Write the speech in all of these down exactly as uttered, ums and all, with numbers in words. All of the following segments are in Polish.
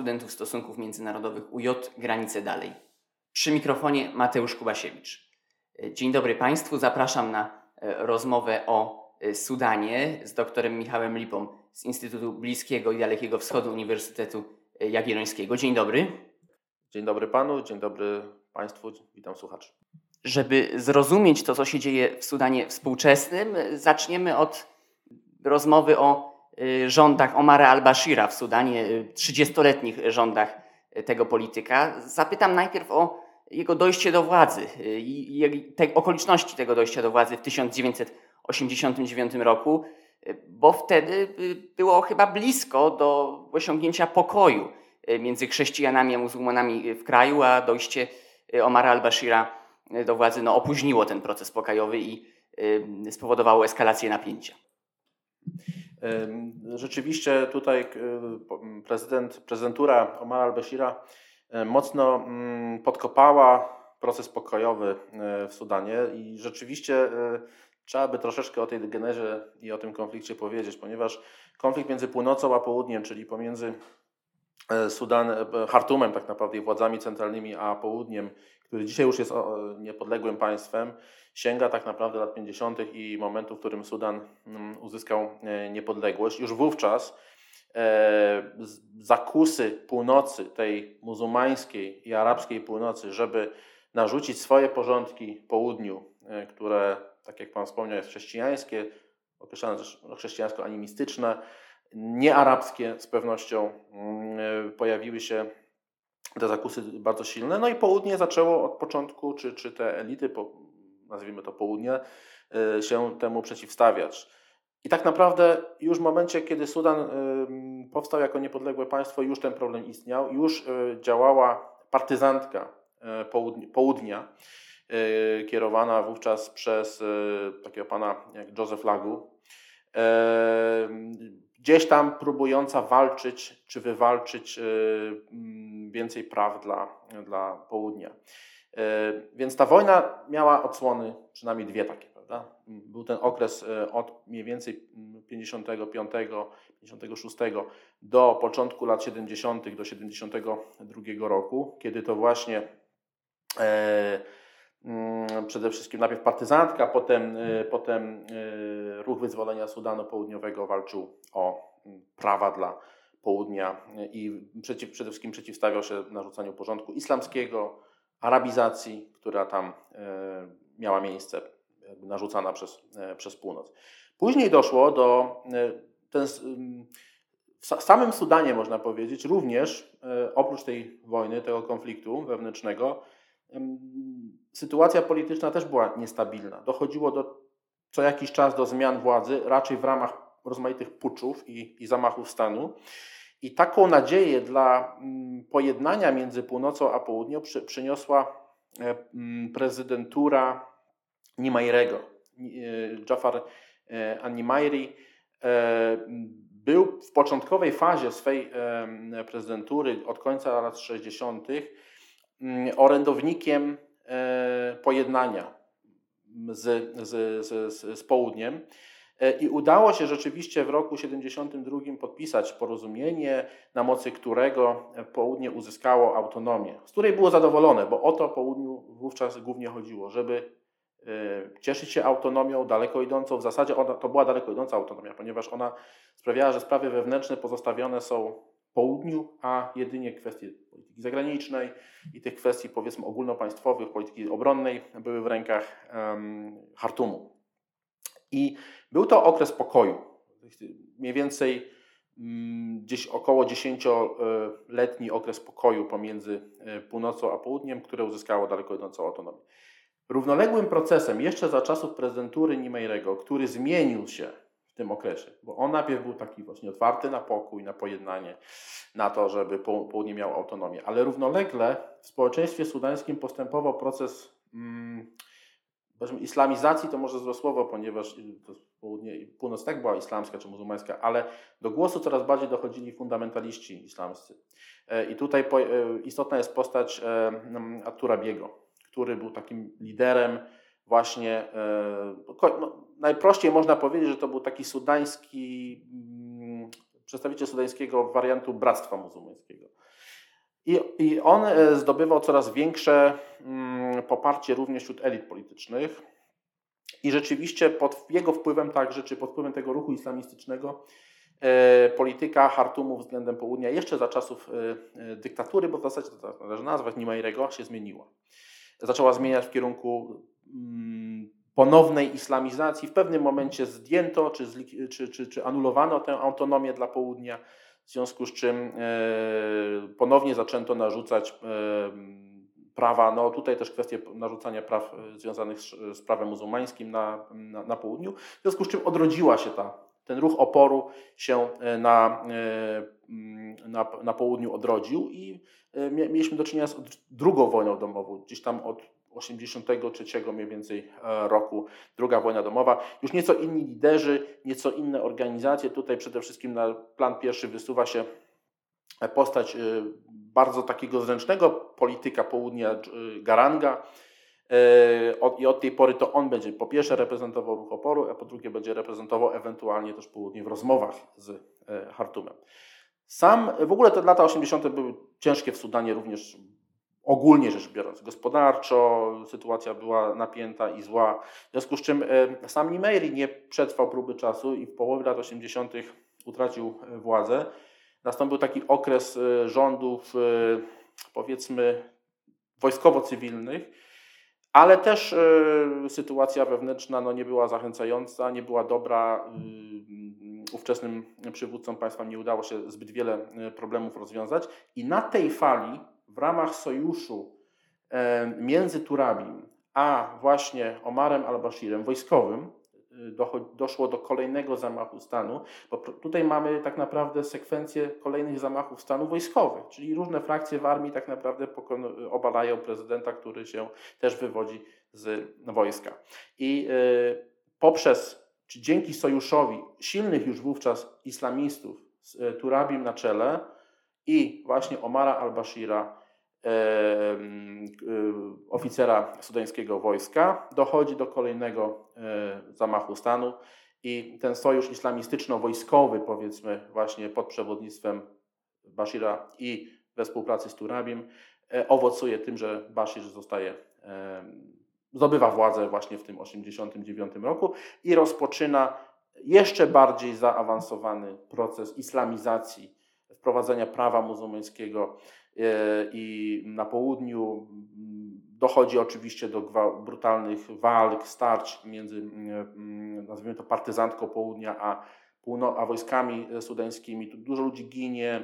Studentów Stosunków Międzynarodowych U J Granice Dalej. Przy mikrofonie Mateusz Kubasiewicz. Dzień dobry Państwu, zapraszam na rozmowę o Sudanie z doktorem Michałem Lipą z Instytutu Bliskiego i Dalekiego Wschodu Uniwersytetu Jagiellońskiego. Dzień dobry. Dzień dobry Panu, dzień dobry Państwu, witam słuchaczy. Żeby zrozumieć to, co się dzieje w Sudanie współczesnym, zaczniemy od rozmowy o rządach Omara al-Bashira w Sudanie, trzydziestoletnich rządach tego polityka. Zapytam najpierw o jego dojście do władzy i te okoliczności tego dojścia do władzy w tysiąc dziewięćset osiemdziesiątym dziewiątym roku, bo wtedy było chyba blisko do osiągnięcia pokoju między chrześcijanami a muzułmanami w kraju, a dojście Omara al-Bashira do władzy no, opóźniło ten proces pokojowy i spowodowało eskalację napięcia. Rzeczywiście tutaj prezydent, prezydentura Omara al-Bashira mocno podkopała proces pokojowy w Sudanie i rzeczywiście trzeba by troszeczkę o tej genezie i o tym konflikcie powiedzieć, ponieważ konflikt między północą a południem, czyli pomiędzy Sudan, Chartumem tak naprawdę i władzami centralnymi, a południem, który dzisiaj już jest niepodległym państwem, sięga tak naprawdę lat pięćdziesiątych i momentu, w którym Sudan uzyskał niepodległość. Już wówczas e, zakusy północy, tej muzułmańskiej i arabskiej północy, żeby narzucić swoje porządki południu, e, które, tak jak Pan wspomniał, jest chrześcijańskie, określane też chrześcijańsko-animistyczne, niearabskie z pewnością, e, pojawiły się te zakusy bardzo silne. No i południe zaczęło od początku, czy, czy te elity, po, nazwijmy to południe, się temu przeciwstawiać. I tak naprawdę już w momencie, kiedy Sudan powstał jako niepodległe państwo, już ten problem istniał, już działała partyzantka południa, kierowana wówczas przez takiego pana jak Joseph Lagu, gdzieś tam próbująca walczyć czy wywalczyć więcej praw dla, dla południa. Więc ta wojna miała odsłony, przynajmniej dwie takie, prawda? Był ten okres od mniej więcej pięćdziesiątego piątego pięćdziesiątego szóstego do początku lat siedemdziesiątych do siedemdziesiątego drugiego roku, kiedy to właśnie e, przede wszystkim najpierw partyzantka, potem, potem ruch wyzwolenia Sudanu Południowego walczył o prawa dla południa i przeciw, przede wszystkim przeciwstawiał się narzucaniu porządku islamskiego, arabizacji, która tam miała miejsce, jakby narzucana przez, przez północ. Później doszło do, ten, w samym Sudanie można powiedzieć, również oprócz tej wojny, tego konfliktu wewnętrznego, sytuacja polityczna też była niestabilna. Dochodziło do, co jakiś czas do zmian władzy, raczej w ramach rozmaitych puczów i, i zamachów stanu. I taką nadzieję dla pojednania między północą a południem przy, przyniosła prezydentura Nimairego. Jafar an-Nimairi był w początkowej fazie swej prezydentury od końca lat sześćdziesiątych orędownikiem pojednania z, z, z, z południem. I udało się rzeczywiście w roku siedemdziesiątym drugim podpisać porozumienie, na mocy którego południe uzyskało autonomię, z której było zadowolone, bo o to południu wówczas głównie chodziło, żeby cieszyć się autonomią daleko idącą. W zasadzie ona, to była daleko idąca autonomia, ponieważ ona sprawiała, że sprawy wewnętrzne pozostawione są południu, a jedynie kwestie polityki zagranicznej i tych kwestii, powiedzmy, ogólnopaństwowych, polityki obronnej były w rękach um, Chartumu. I był to okres pokoju, mniej więcej um, gdzieś około dziesięcioletni okres pokoju pomiędzy północą a południem, które uzyskało daleko idącą autonomię. Równoległym procesem jeszcze za czasów prezydentury Nimeirego, który zmienił się w tym okresie, bo on najpierw był taki właśnie otwarty na pokój, na pojednanie, na to, żeby południe miało autonomię, ale równolegle w społeczeństwie sudańskim postępował proces mm, islamizacji, to może złe słowo, ponieważ południe, północ tak była islamska czy muzułmańska, ale do głosu coraz bardziej dochodzili fundamentaliści islamscy. I tutaj istotna jest postać At-Turabiego, który był takim liderem właśnie, no, najprościej można powiedzieć, że to był taki sudański, przedstawiciel sudańskiego wariantu Bractwa Muzułmańskiego. I, I on zdobywał coraz większe mm, poparcie również wśród elit politycznych. I rzeczywiście pod jego wpływem także, czy pod wpływem tego ruchu islamistycznego, e, polityka Chartumu względem południa jeszcze za czasów e, dyktatury, bo w zasadzie to tak należy nazwać, Nimeirego, się zmieniła. Zaczęła zmieniać w kierunku mm, ponownej islamizacji. W pewnym momencie zdjęto czy, czy, czy, czy anulowano tę autonomię dla południa, w związku z czym e, ponownie zaczęto narzucać e, prawa, no tutaj też kwestie narzucania praw związanych z, z prawem muzułmańskim na, na, na południu, w związku z czym odrodziła się ta, ten ruch oporu się na, na, na południu odrodził i mieliśmy do czynienia z drugą wojną domową, gdzieś tam od osiemdziesiątego trzeciego mniej więcej roku, druga wojna domowa. Już nieco inni liderzy, nieco inne organizacje. Tutaj przede wszystkim na plan pierwszy wysuwa się postać bardzo takiego zręcznego polityka południa Garanga i od tej pory to on będzie po pierwsze reprezentował ruch oporu, a po drugie będzie reprezentował ewentualnie też południe w rozmowach z Chartumem. Sam, w ogóle te lata osiemdziesiąte były ciężkie w Sudanie również ogólnie rzecz biorąc. Gospodarczo sytuacja była napięta i zła, w związku z czym sam Nimeiri nie przetrwał próby czasu i w połowie lat osiemdziesiątych utracił władzę. Nastąpił taki okres rządów, powiedzmy, wojskowo-cywilnych, ale też sytuacja wewnętrzna no, nie była zachęcająca, nie była dobra. Ówczesnym przywódcom państwa nie udało się zbyt wiele problemów rozwiązać i na tej fali w ramach sojuszu między Turabim a właśnie Omarem al-Bashirem wojskowym doszło do kolejnego zamachu stanu, bo tutaj mamy tak naprawdę sekwencję kolejnych zamachów stanu wojskowych, czyli różne frakcje w armii tak naprawdę obalają prezydenta, który się też wywodzi z wojska. I poprzez, czy dzięki sojuszowi silnych już wówczas islamistów z Turabim na czele i właśnie Omara al-Bashira, oficera sudańskiego wojska, dochodzi do kolejnego zamachu stanu i ten sojusz islamistyczno-wojskowy, powiedzmy właśnie pod przewodnictwem Bashira i we współpracy z Turabim, owocuje tym, że Bashir zostaje, zdobywa władzę właśnie w tym osiemdziesiątym dziewiątym roku i rozpoczyna jeszcze bardziej zaawansowany proces islamizacji, wprowadzenia prawa muzułmańskiego i na południu. Dochodzi oczywiście do brutalnych walk, starć między, nazwijmy to, partyzantką południa a, półno- a wojskami sudańskimi. Tu dużo ludzi ginie,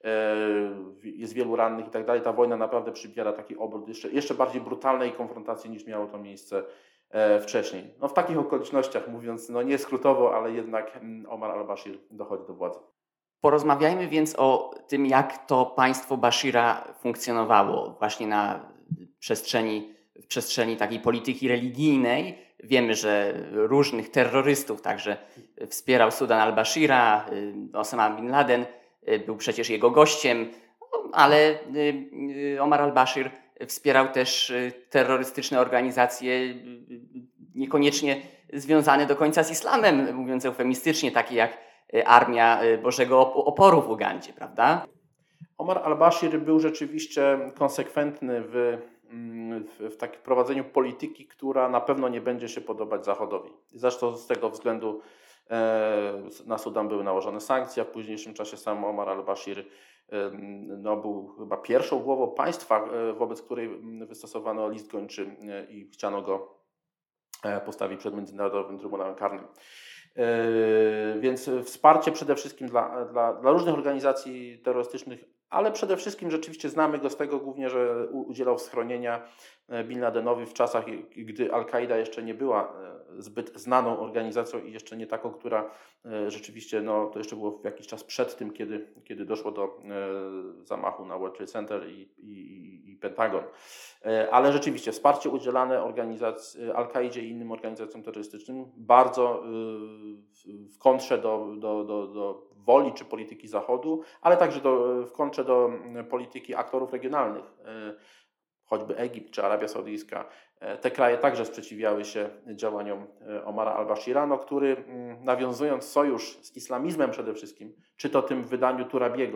jest wielu rannych i tak dalej. Ta wojna naprawdę przybiera taki obrót jeszcze, jeszcze bardziej brutalnej konfrontacji niż miało to miejsce wcześniej. No, w takich okolicznościach, mówiąc no nie skrótowo, ale jednak Omar al-Bashir dochodzi do władzy. Porozmawiajmy więc o tym, jak to państwo Bashira funkcjonowało właśnie na przestrzeni, w przestrzeni takiej polityki religijnej. Wiemy, że różnych terrorystów także wspierał Sudan al-Bashira, Osama bin Laden był przecież jego gościem, ale Omar al-Bashir wspierał też terrorystyczne organizacje niekoniecznie związane do końca z islamem, mówiąc eufemistycznie, takie jak Armia Bożego Oporu w Ugandzie, prawda? Omar al-Bashir był rzeczywiście konsekwentny w, w, w takim prowadzeniu polityki, która na pewno nie będzie się podobać Zachodowi. Zresztą z tego względu e, na Sudan były nałożone sankcje, a w późniejszym czasie sam Omar al-Bashir e, no, był chyba pierwszą głową państwa, e, wobec której wystosowano list gończy e, i chciano go e, postawić przed Międzynarodowym Trybunałem Karnym. Yy, więc wsparcie przede wszystkim dla, dla, dla różnych organizacji terrorystycznych, ale przede wszystkim rzeczywiście znamy go z tego głównie, że udzielał schronienia Bin Ladenowi w czasach, gdy Al-Kaida jeszcze nie była zbyt znaną organizacją i jeszcze nie taką, która rzeczywiście, no to jeszcze było jakiś czas przed tym, kiedy, kiedy doszło do zamachu na World Trade Center i, i, i Pentagon. Ale rzeczywiście wsparcie udzielane organizacji Al-Kaidzie i innym organizacjom terrorystycznym bardzo w kontrze do, do, do, do woli czy polityki Zachodu, ale także do, w kontrze do polityki aktorów regionalnych, choćby Egipt czy Arabia Saudyjska. Te kraje także sprzeciwiały się działaniom Omara al-Bashira, no, który nawiązując sojusz z islamizmem przede wszystkim, czy to tym wydaniu Turabiego,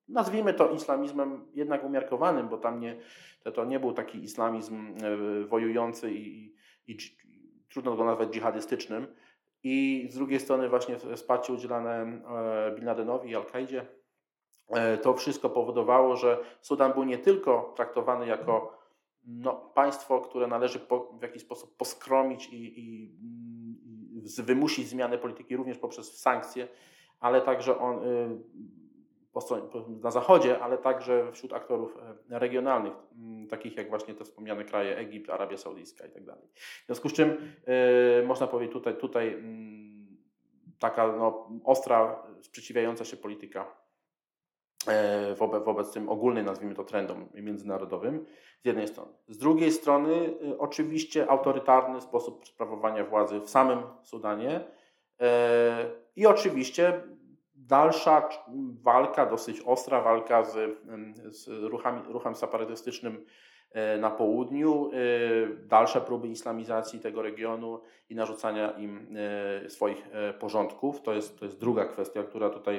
nazwijmy to islamizmem jednak umiarkowanym, bo tam nie, to, to nie był taki islamizm wojujący i, i, i trudno go nazwać dżihadystycznym. I z drugiej strony właśnie wsparcie udzielane Bin Ladenowi i Al-Kaidzie. To wszystko powodowało, że Sudan był nie tylko traktowany jako no, państwo, które należy po, w jakiś sposób poskromić i, i, i wymusić zmianę polityki również poprzez sankcje, ale także on po stronie, na zachodzie, ale także wśród aktorów regionalnych, takich jak właśnie te wspomniane kraje Egipt, Arabia Saudyjska i tak dalej. W związku z czym yy, można powiedzieć tutaj, tutaj yy, taka no, ostra, sprzeciwiająca się polityka yy, wobec, wobec tym ogólnym, nazwijmy to, trendom międzynarodowym z jednej strony. Z drugiej strony yy, oczywiście autorytarny sposób sprawowania władzy w samym Sudanie yy, i oczywiście dalsza walka, dosyć ostra walka z, z ruchami, ruchem separatystycznym na południu, dalsze próby islamizacji tego regionu i narzucania im swoich porządków. To jest, to jest druga kwestia, która tutaj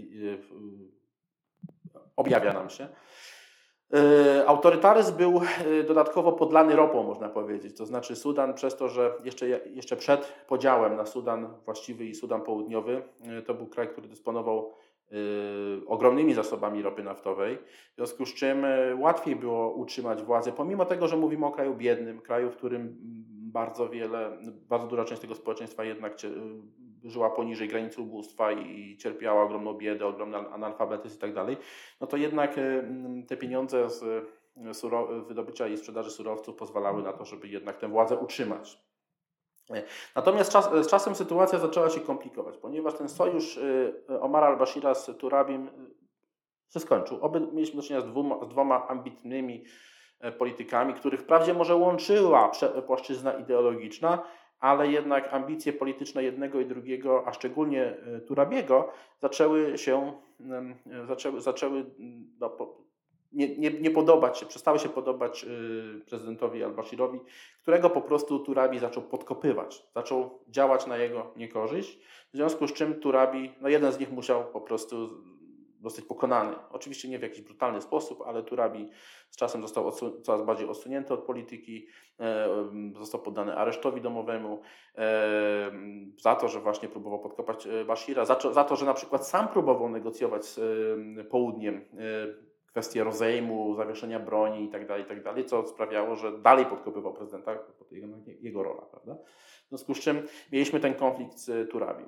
objawia nam się. Autorytaryzm był dodatkowo podlany ropą, można powiedzieć. To znaczy Sudan przez to, że jeszcze, jeszcze przed podziałem na Sudan właściwy i Sudan południowy, to był kraj, który dysponował ogromnymi zasobami ropy naftowej, w związku z czym łatwiej było utrzymać władzę, pomimo tego, że mówimy o kraju biednym, kraju, w którym bardzo wiele, bardzo duża część tego społeczeństwa jednak żyła poniżej granicy ubóstwa i cierpiała ogromną biedę, ogromny analfabetyzm i tak dalej, no to jednak te pieniądze z wydobycia i sprzedaży surowców pozwalały na to, żeby jednak tę władzę utrzymać. Natomiast czas, z czasem sytuacja zaczęła się komplikować, ponieważ ten sojusz Omara al-Bashira z Turabim się skończył. Oby mieliśmy do czynienia z dwoma, z dwoma ambitnymi politykami, których wprawdzie może łączyła płaszczyzna ideologiczna, ale jednak ambicje polityczne jednego i drugiego, a szczególnie Turabiego, zaczęły się, zaczęły, zaczęły no, nie, nie, nie podobać się, przestały się podobać prezydentowi al-Bashirowi, którego po prostu Turabi zaczął podkopywać, zaczął działać na jego niekorzyść, w związku z czym Turabi, no jeden z nich musiał po prostu zostać pokonany. Oczywiście nie w jakiś brutalny sposób, ale Turabi z czasem został odsu- coraz bardziej odsunięty od polityki, e, został poddany aresztowi domowemu e, za to, że właśnie próbował podkopać Bashira, za, za to, że na przykład sam próbował negocjować z e, południem e, kwestie rozejmu, zawieszenia broni itd., itd., co sprawiało, że dalej podkopywał prezydenta, to jego, jego rola, prawda? W związku z czym mieliśmy ten konflikt z Turabim.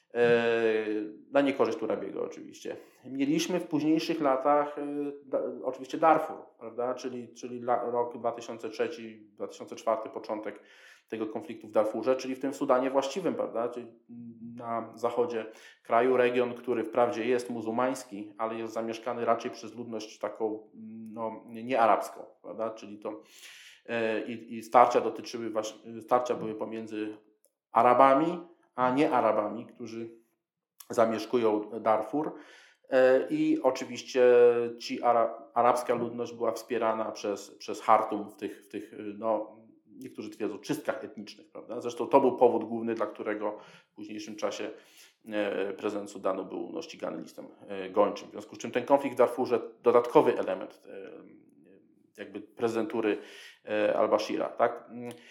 Na niekorzyść Turabiego oczywiście. Mieliśmy w późniejszych latach da, oczywiście Darfur, prawda? czyli, czyli la, rok dwa tysiące trzeci dwa tysiące czwarty, początek tego konfliktu w Darfurze, czyli w tym Sudanie właściwym, prawda? Czyli na zachodzie kraju, region, który wprawdzie jest muzułmański, ale jest zamieszkany raczej przez ludność taką no, niearabską, prawda? Czyli to i, i starcia dotyczyły właśnie, starcia były pomiędzy Arabami, a nie Arabami, którzy zamieszkują Darfur. I oczywiście ci ara, arabska ludność była wspierana przez, przez Chartum w tych, w tych no, niektórzy twierdzą, czystkach etnicznych, prawda? Zresztą to był powód główny, dla którego w późniejszym czasie prezydent Sudanu był no, ścigany listem gończym. W związku z czym ten konflikt w Darfurze, dodatkowy element jakby prezydentury al-Bashira, tak?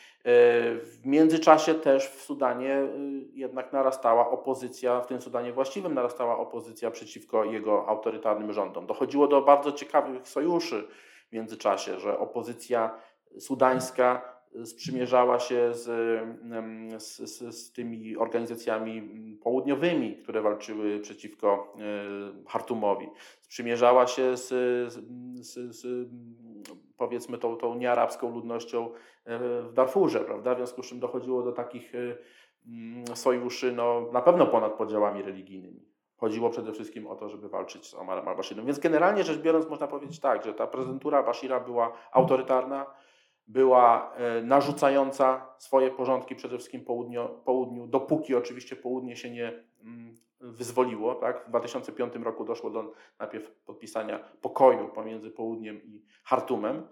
W międzyczasie też w Sudanie jednak narastała opozycja, w tym Sudanie właściwym narastała opozycja przeciwko jego autorytarnym rządom. Dochodziło do bardzo ciekawych sojuszy w międzyczasie, że opozycja sudańska sprzymierzała się z, z, z, z tymi organizacjami południowymi, które walczyły przeciwko Chartumowi. Sprzymierzała się z, z, z powiedzmy tą, tą niearabską ludnością w Darfurze, prawda? W związku z czym dochodziło do takich sojuszy no, na pewno ponad podziałami religijnymi. Chodziło przede wszystkim o to, żeby walczyć z Omarem al-Bashirem. Więc generalnie rzecz biorąc można powiedzieć tak, że ta prezydentura Bashira była autorytarna, była narzucająca swoje porządki przede wszystkim południo, południu, dopóki oczywiście południe się nie wyzwoliło. Tak? W dwa tysiące piątym roku doszło do najpierw podpisania pokoju pomiędzy południem i Chartumem.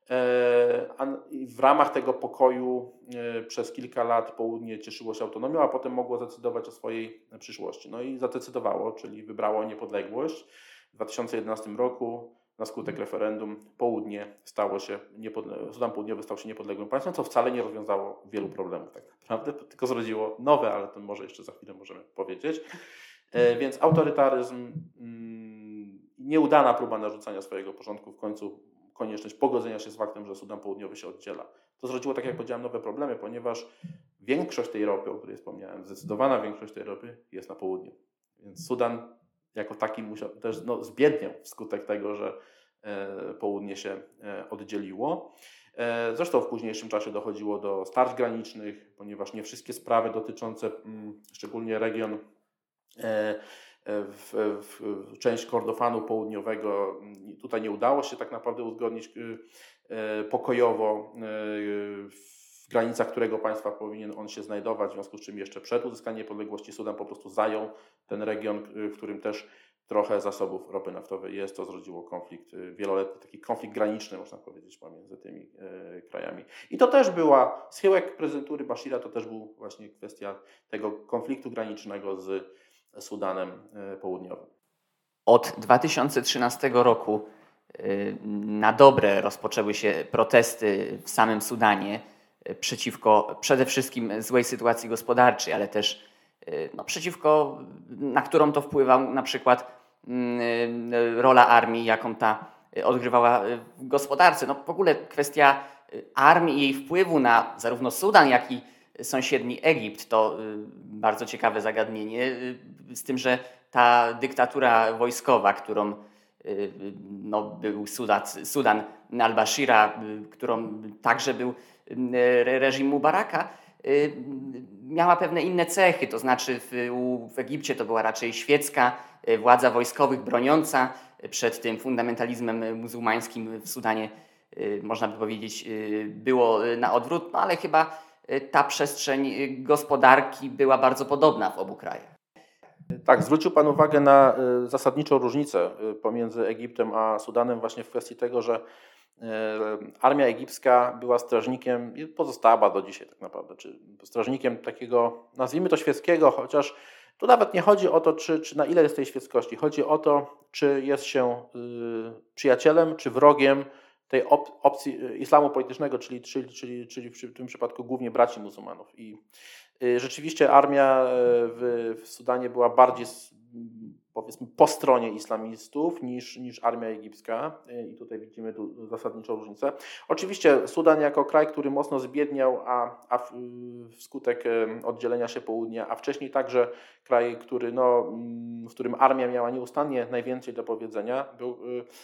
W ramach tego pokoju przez kilka lat południe cieszyło się autonomią, a potem mogło zdecydować o swojej przyszłości. No i zadecydowało, czyli wybrało niepodległość. W dwa tysiące jedenastym roku na skutek referendum południe stało się, niepodle- Sudan Południowy stał się niepodległym państwem, co wcale nie rozwiązało wielu problemów tak naprawdę, tylko zrodziło nowe, ale to może jeszcze za chwilę możemy powiedzieć. E, więc autorytaryzm, mm, nieudana próba narzucania swojego porządku, w końcu konieczność pogodzenia się z faktem, że Sudan Południowy się oddziela. To zrodziło, tak jak powiedziałem, nowe problemy, ponieważ większość tej ropy, o której wspomniałem, zdecydowana większość tej ropy jest na południu. Więc Sudan jako taki musiał, też no, zbiedniał wskutek tego, że e, południe się e, oddzieliło. E, zresztą w późniejszym czasie dochodziło do starć granicznych, ponieważ nie wszystkie sprawy dotyczące m, szczególnie region e, w, w, w część Kordofanu Południowego tutaj nie udało się tak naprawdę uzgodnić e, pokojowo e, w granicach którego państwa powinien on się znajdować, w związku z czym jeszcze przed uzyskaniem niepodległości Sudan po prostu zajął ten region, w którym też trochę zasobów ropy naftowej jest. To zrodziło konflikt wieloletni, taki konflikt graniczny, można powiedzieć, pomiędzy tymi e, krajami. I to też była, schyłek prezydentury Bashira to też był właśnie kwestia tego konfliktu granicznego z Sudanem e, Południowym. Od dwa tysiące trzynastego roku y, na dobre rozpoczęły się protesty w samym Sudanie y, przeciwko przede wszystkim złej sytuacji gospodarczej, ale też y, no, przeciwko, na którą to wpływał na przykład y, rola armii, jaką ta odgrywała w gospodarce. No, w ogóle kwestia armii i jej wpływu na zarówno Sudan, jak i sąsiedni Egipt to y, bardzo ciekawe zagadnienie, y, z tym, że ta dyktatura wojskowa, którą y, no, był Sudan, Sudan al-Bashira, y, którą także był y, reżim Mubaraka, y, miała pewne inne cechy, to znaczy w, u, w Egipcie to była raczej świecka y, władza wojskowych broniąca przed tym fundamentalizmem muzułmańskim. W Sudanie y, można by powiedzieć y, było na odwrót, no ale chyba ta przestrzeń gospodarki była bardzo podobna w obu krajach. Tak, zwrócił Pan uwagę na y, zasadniczą różnicę y, pomiędzy Egiptem a Sudanem właśnie w kwestii tego, że y, armia egipska była strażnikiem i pozostała do dzisiaj tak naprawdę, czy strażnikiem takiego, nazwijmy to świeckiego, chociaż tu nawet nie chodzi o to, czy, czy na ile jest tej świeckości, chodzi o to, czy jest się y, przyjacielem, czy wrogiem tej op- opcji islamu politycznego, czyli, czyli, czyli, czyli w tym przypadku głównie braci muzułmanów. I y, rzeczywiście armia w, w Sudanie była bardziej, powiedzmy, po stronie islamistów niż, niż armia egipska. I tutaj widzimy tu zasadniczą różnicę. Oczywiście Sudan jako kraj, który mocno zbiedniał, a, a w, wskutek oddzielenia się południa, a wcześniej także kraj, który, no, w którym armia miała nieustannie najwięcej do powiedzenia, był,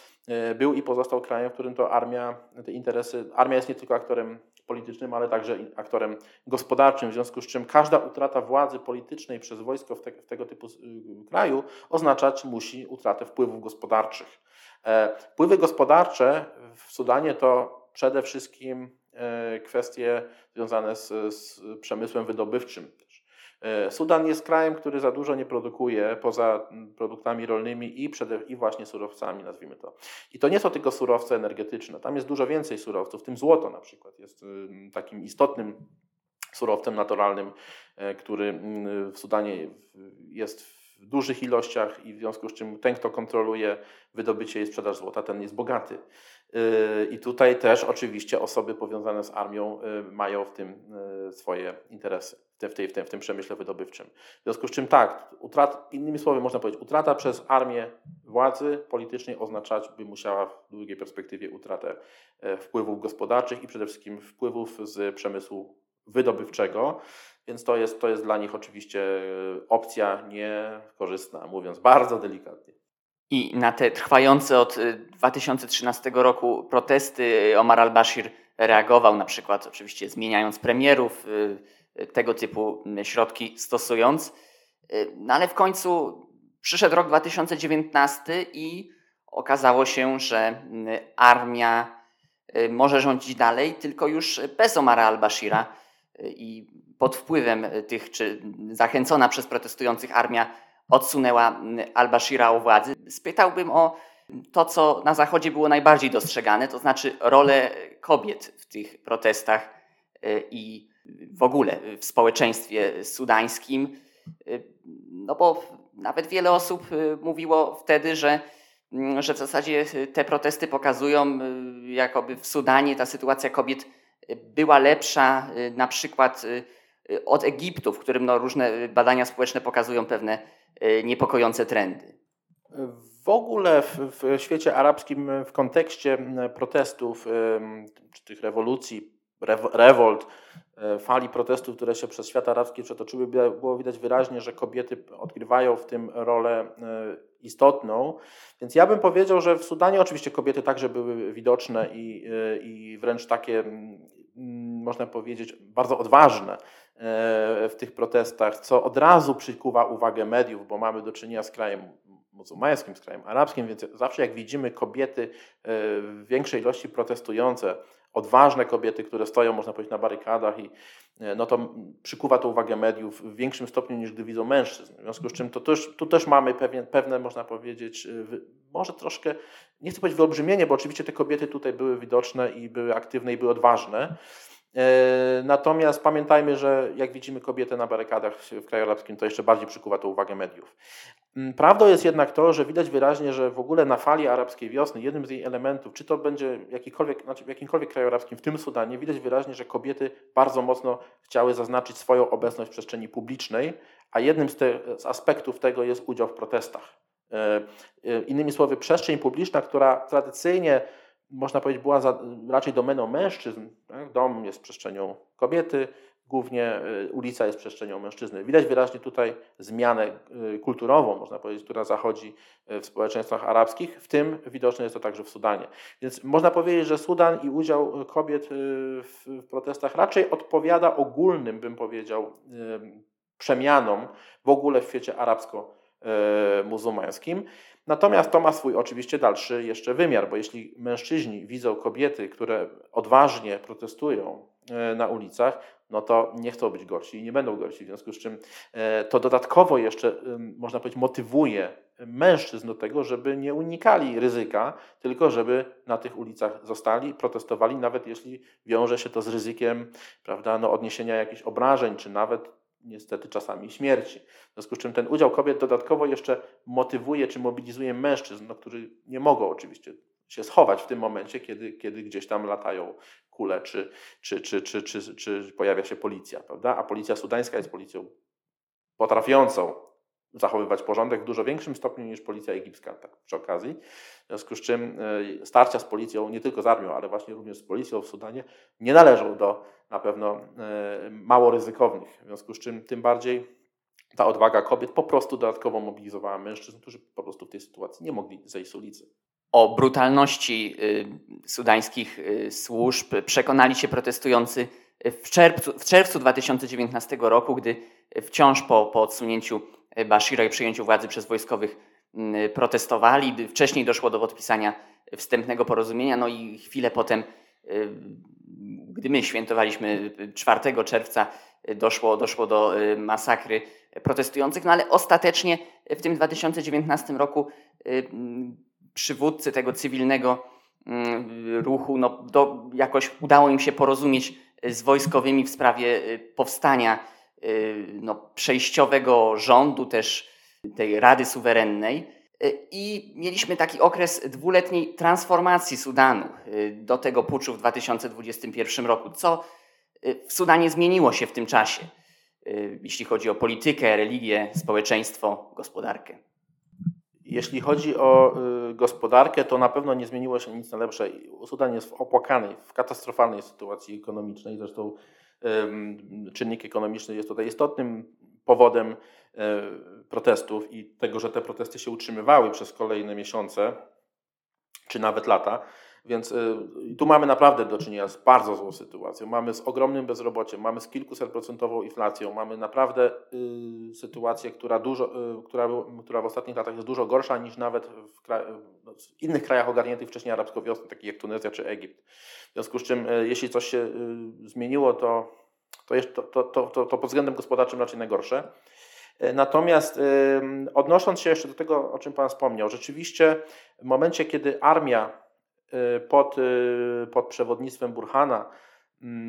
był i pozostał krajem, w którym to armia, te interesy, armia jest nie tylko aktorem politycznym, ale także aktorem gospodarczym, w związku z czym każda utrata władzy politycznej przez wojsko w, te, w tego typu kraju oznaczać musi utratę wpływów gospodarczych. E, wpływy gospodarcze w Sudanie to przede wszystkim e, kwestie związane z, z przemysłem wydobywczym. Sudan jest krajem, który za dużo nie produkuje poza produktami rolnymi i, przede, i właśnie surowcami, nazwijmy to. I to nie są tylko surowce energetyczne, tam jest dużo więcej surowców, w tym złoto na przykład jest takim istotnym surowcem naturalnym, który w Sudanie jest w dużych ilościach i w związku z czym ten, kto kontroluje wydobycie i sprzedaż złota, ten jest bogaty. I tutaj też oczywiście osoby powiązane z armią mają w tym swoje interesy, w, tej, w, tym, w tym przemyśle wydobywczym. W związku z czym tak, utrat, innymi słowy można powiedzieć, utrata przez armię władzy politycznej oznaczać by musiała w długiej perspektywie utratę wpływów gospodarczych i przede wszystkim wpływów z przemysłu wydobywczego, więc to jest, to jest dla nich oczywiście opcja niekorzystna, mówiąc bardzo delikatnie. I na te trwające od dwa tysiące trzynastego roku protesty Omar al-Bashir reagował, na przykład oczywiście zmieniając premierów, tego typu środki stosując. No ale w końcu przyszedł rok dwa tysiące dziewiętnasty i okazało się, że armia może rządzić dalej, tylko już bez Omara al-Bashira i pod wpływem tych, czy zachęcona przez protestujących armia odsunęła al-Bashira od władzy. Spytałbym o to, co na Zachodzie było najbardziej dostrzegane, to znaczy rolę kobiet w tych protestach i w ogóle w społeczeństwie sudańskim. No bo nawet wiele osób mówiło wtedy, że że w zasadzie te protesty pokazują, jakoby w Sudanie ta sytuacja kobiet była lepsza na przykład od Egiptu, w którym no różne badania społeczne pokazują pewne niepokojące trendy. W ogóle w, w świecie arabskim w kontekście protestów czy tych rewolucji, rewolt, fali protestów, które się przez świat arabski przetoczyły, było widać wyraźnie, że kobiety odgrywają w tym rolę istotną. Więc ja bym powiedział, że w Sudanie oczywiście kobiety także były widoczne i, i wręcz takie, można powiedzieć, bardzo odważne w tych protestach, co od razu przykuwa uwagę mediów, bo mamy do czynienia z krajem muzułmańskim, z krajem arabskim, więc zawsze jak widzimy kobiety w większej ilości protestujące, odważne kobiety, które stoją, można powiedzieć, na barykadach, i no to przykuwa to uwagę mediów w większym stopniu niż gdy widzą mężczyzn. W związku z czym to też, tu też mamy pewien, pewne, można powiedzieć, może troszkę, nie chcę powiedzieć wyolbrzymienie, bo oczywiście te kobiety tutaj były widoczne i były aktywne i były odważne. Natomiast pamiętajmy, że jak widzimy kobietę na barykadach w kraju arabskim, to jeszcze bardziej przykuwa to uwagę mediów. Prawdą jest jednak to, że widać wyraźnie, że w ogóle na fali arabskiej wiosny jednym z jej elementów, czy to będzie jakikolwiek, znaczy w jakimkolwiek kraju arabskim, w tym Sudanie, widać wyraźnie, że kobiety bardzo mocno chciały zaznaczyć swoją obecność w przestrzeni publicznej, a jednym z, te, z aspektów tego jest udział w protestach. Innymi słowy, przestrzeń publiczna, która tradycyjnie, można powiedzieć, była za, raczej domeną mężczyzn. Tak? Dom jest przestrzenią kobiety, głównie ulica jest przestrzenią mężczyzny. Widać wyraźnie tutaj zmianę kulturową, można powiedzieć, która zachodzi w społeczeństwach arabskich, w tym widoczne jest to także w Sudanie. Więc można powiedzieć, że Sudan i udział kobiet w protestach raczej odpowiada ogólnym, bym powiedział, przemianom w ogóle w świecie arabsko-muzułmańskim. Natomiast to ma swój oczywiście dalszy jeszcze wymiar, bo jeśli mężczyźni widzą kobiety, które odważnie protestują na ulicach, no to nie chcą być gorsi i nie będą gorsi. W związku z czym to dodatkowo jeszcze, można powiedzieć, motywuje mężczyzn do tego, żeby nie unikali ryzyka, tylko żeby na tych ulicach zostali, protestowali, nawet jeśli wiąże się to z ryzykiem, prawda, no, odniesienia jakichś obrażeń, czy nawet niestety czasami śmierci. W związku z czym ten udział kobiet dodatkowo jeszcze motywuje czy mobilizuje mężczyzn, no, którzy nie mogą oczywiście się schować w tym momencie, kiedy, kiedy gdzieś tam latają kule, czy, czy, czy, czy, czy, czy pojawia się policja, prawda? A policja sudańska jest policją potrafiącą zachowywać porządek w dużo większym stopniu niż policja egipska, tak przy okazji. W związku z czym starcia z policją, nie tylko z armią, ale właśnie również z policją w Sudanie nie należą do na pewno mało ryzykownych. W związku z czym tym bardziej ta odwaga kobiet po prostu dodatkowo mobilizowała mężczyzn, którzy po prostu w tej sytuacji nie mogli zejść z ulicy. O brutalności sudańskich służb przekonali się protestujący w czerwcu, w czerwcu dwa tysiące dziewiętnastego roku, gdy wciąż po, po odsunięciu Bashira i przejęciu władzy przez wojskowych protestowali. Wcześniej doszło do podpisania wstępnego porozumienia, no i chwilę potem, gdy my świętowaliśmy czwartego czerwca, doszło, doszło do masakry protestujących, no ale ostatecznie w tym dwa tysiące dziewiętnastym roku przywódcy tego cywilnego ruchu, no, do, jakoś udało im się porozumieć z wojskowymi w sprawie powstania no, przejściowego rządu, też tej Rady Suwerennej. I mieliśmy taki okres dwuletniej transformacji Sudanu do tego puczu w dwa tysiące dwudziestym pierwszym roku. Co w Sudanie zmieniło się w tym czasie, jeśli chodzi o politykę, religię, społeczeństwo, gospodarkę? Jeśli chodzi o y, gospodarkę, to na pewno nie zmieniło się nic na lepsze. Sudan jest w opłakanej, w katastrofalnej sytuacji ekonomicznej. Zresztą y, czynnik ekonomiczny jest tutaj istotnym powodem y, protestów i tego, że te protesty się utrzymywały przez kolejne miesiące, czy nawet lata. Więc y, tu mamy naprawdę do czynienia z bardzo złą sytuacją. Mamy z ogromnym bezrobociem, mamy z kilkusetprocentową inflacją, mamy naprawdę y, sytuację, która, dużo, y, która, która w ostatnich latach jest dużo gorsza niż nawet w, kraj, w innych krajach ogarniętych wcześniej arabsko wiosny, takich jak Tunezja czy Egipt. W związku z czym, y, jeśli coś się y, zmieniło, to, to, jest, to, to, to, to, to pod względem gospodarczym raczej najgorsze. Natomiast y, odnosząc się jeszcze do tego, o czym Pan wspomniał, rzeczywiście w momencie, kiedy armia pod, pod przewodnictwem Burhana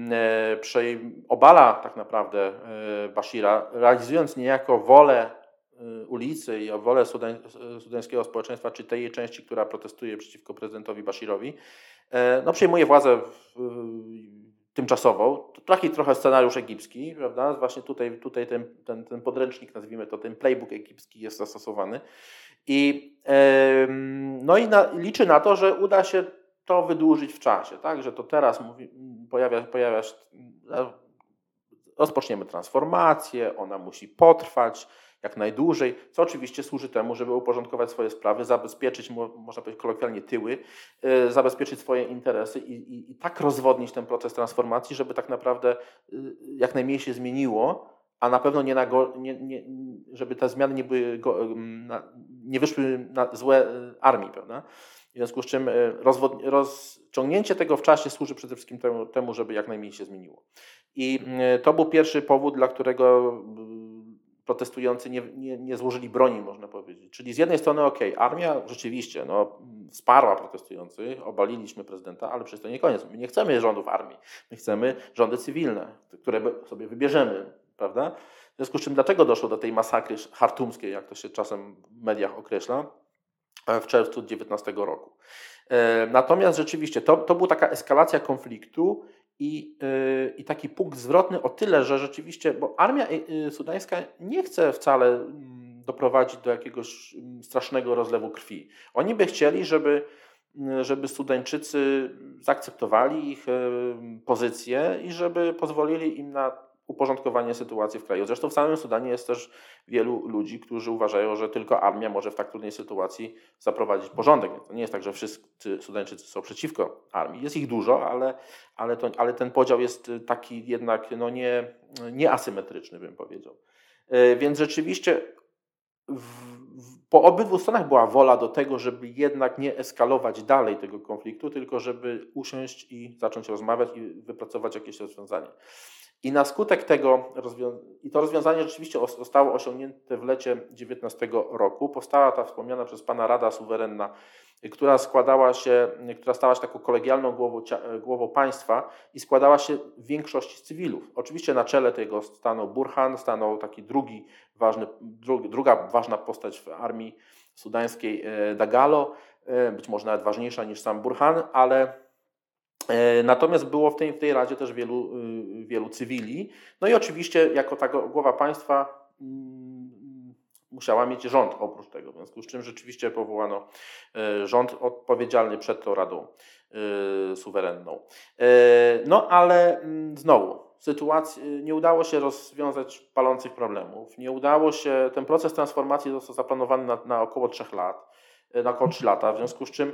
obala tak naprawdę Bashira, realizując niejako wolę ulicy i o wolę sudań, sudańskiego społeczeństwa, czy tej części, która protestuje przeciwko prezydentowi Bashirowi, no przejmuje władzę tymczasową. To taki trochę scenariusz egipski, prawda? Właśnie tutaj, tutaj ten, ten, ten podręcznik, nazwijmy to, ten playbook egipski jest zastosowany. I, no i na, liczy na to, że uda się to wydłużyć w czasie, tak? Że to teraz mówi, pojawia, pojawia się, rozpoczniemy transformację, ona musi potrwać jak najdłużej, co oczywiście służy temu, żeby uporządkować swoje sprawy, zabezpieczyć, można powiedzieć kolokwialnie, tyły, yy, zabezpieczyć swoje interesy i, i, i tak rozwodnić ten proces transformacji, żeby tak naprawdę yy, jak najmniej się zmieniło, a na pewno nie, na go, nie, nie żeby te zmiany nie, były go, yy, na, nie wyszły na złe yy, armii, prawda? W związku z czym yy, rozwod, rozciągnięcie tego w czasie służy przede wszystkim temu, temu żeby jak najmniej się zmieniło. I yy, to był pierwszy powód, dla którego yy, protestujący nie, nie, nie złożyli broni, można powiedzieć. Czyli z jednej strony ok, armia rzeczywiście no, wsparła protestujących, obaliliśmy prezydenta, ale przecież to nie koniec. My nie chcemy rządów armii, my chcemy rządy cywilne, które sobie wybierzemy, prawda? W związku z czym dlaczego doszło do tej masakry chartumskiej, jak to się czasem w mediach określa, w czerwcu dziewiętnastego roku. Natomiast rzeczywiście to, to była taka eskalacja konfliktu, I, yy, I taki punkt zwrotny o tyle, że rzeczywiście, bo armia yy, sudańska nie chce wcale yy, doprowadzić do jakiegoś yy, strasznego rozlewu krwi. Oni by chcieli, żeby, yy, żeby Sudańczycy zaakceptowali ich yy, pozycję i żeby pozwolili im na uporządkowanie sytuacji w kraju. Zresztą w samym Sudanie jest też wielu ludzi, którzy uważają, że tylko armia może w tak trudnej sytuacji zaprowadzić porządek. To nie jest tak, że wszyscy Sudańczycy są przeciwko armii. Jest ich dużo, ale, ale, to, ale ten podział jest taki jednak no nie, nie asymetryczny, bym powiedział. Więc rzeczywiście w, w, po obydwu stronach była wola do tego, żeby jednak nie eskalować dalej tego konfliktu, tylko żeby usiąść i zacząć rozmawiać i wypracować jakieś rozwiązanie. I na skutek tego, i to rozwiązanie rzeczywiście zostało osiągnięte w lecie dziewiętnastego roku, powstała ta wspomniana przez pana Rada Suwerenna, która składała się, która stała się taką kolegialną głową, głową państwa i składała się w większości z cywilów. Oczywiście na czele tego stanął Burhan, stanął taki drugi ważny, drugi, druga ważna postać w armii sudańskiej, Dagalo, być może nawet ważniejsza niż sam Burhan, ale natomiast było w tej, w tej Radzie też wielu, wielu cywili. No i oczywiście jako ta głowa państwa musiała mieć rząd oprócz tego, w związku z czym rzeczywiście powołano rząd odpowiedzialny przed tą Radą Suwerenną. No ale znowu, sytuacji, nie udało się rozwiązać palących problemów, nie udało się, ten proces transformacji został zaplanowany na, na około trzech lat, na około trzy lata, w związku z czym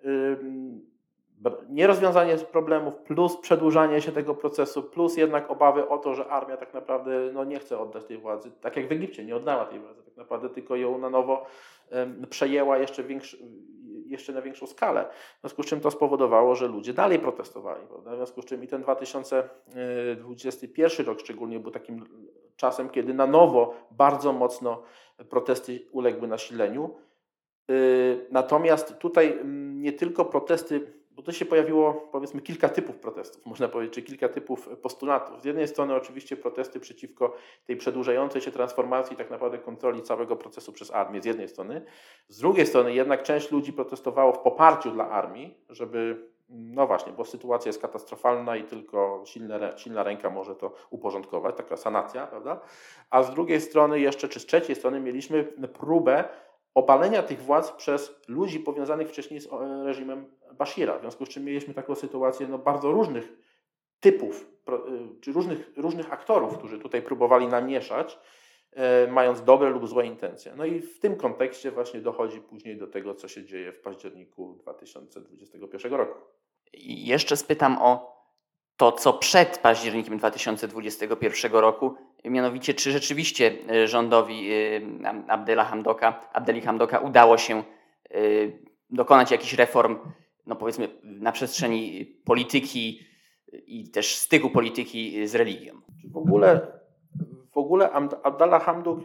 nierozwiązanie problemów plus przedłużanie się tego procesu, plus jednak obawy o to, że armia tak naprawdę no, nie chce oddać tej władzy, tak jak w Egipcie nie oddała tej władzy, tak naprawdę tylko ją na nowo um, przejęła jeszcze, większy, jeszcze na większą skalę. W związku z czym to spowodowało, że ludzie dalej protestowali. Prawda? W związku z czym i ten dwa tysiące dwudziesty pierwszy rok szczególnie był takim czasem, kiedy na nowo bardzo mocno protesty uległy nasileniu. Natomiast tutaj nie tylko protesty, bo to się pojawiło powiedzmy kilka typów protestów, można powiedzieć, czy kilka typów postulatów. Z jednej strony oczywiście protesty przeciwko tej przedłużającej się transformacji, tak naprawdę kontroli całego procesu przez armię, z jednej strony. Z drugiej strony jednak część ludzi protestowało w poparciu dla armii, żeby, no właśnie, bo sytuacja jest katastrofalna i tylko silne, silna ręka może to uporządkować, taka sanacja, prawda? A z drugiej strony jeszcze, czy z trzeciej strony mieliśmy próbę obalenia tych władz przez ludzi powiązanych wcześniej z reżimem Bashira. W związku z czym mieliśmy taką sytuację no, bardzo różnych typów, czy różnych, różnych aktorów, którzy tutaj próbowali namieszać, e, mając dobre lub złe intencje. No i w tym kontekście właśnie dochodzi później do tego, co się dzieje w październiku dwa tysiące dwudziestego pierwszego roku. I jeszcze spytam o to, co przed październikiem dwa tysiące dwudziestego pierwszego roku, mianowicie czy rzeczywiście rządowi Abdela Hamdoka, Abdeli Hamdoka udało się dokonać jakichś reform, no powiedzmy, na przestrzeni polityki i też styku polityki z religią. W ogóle, w ogóle Abdallah Hamdok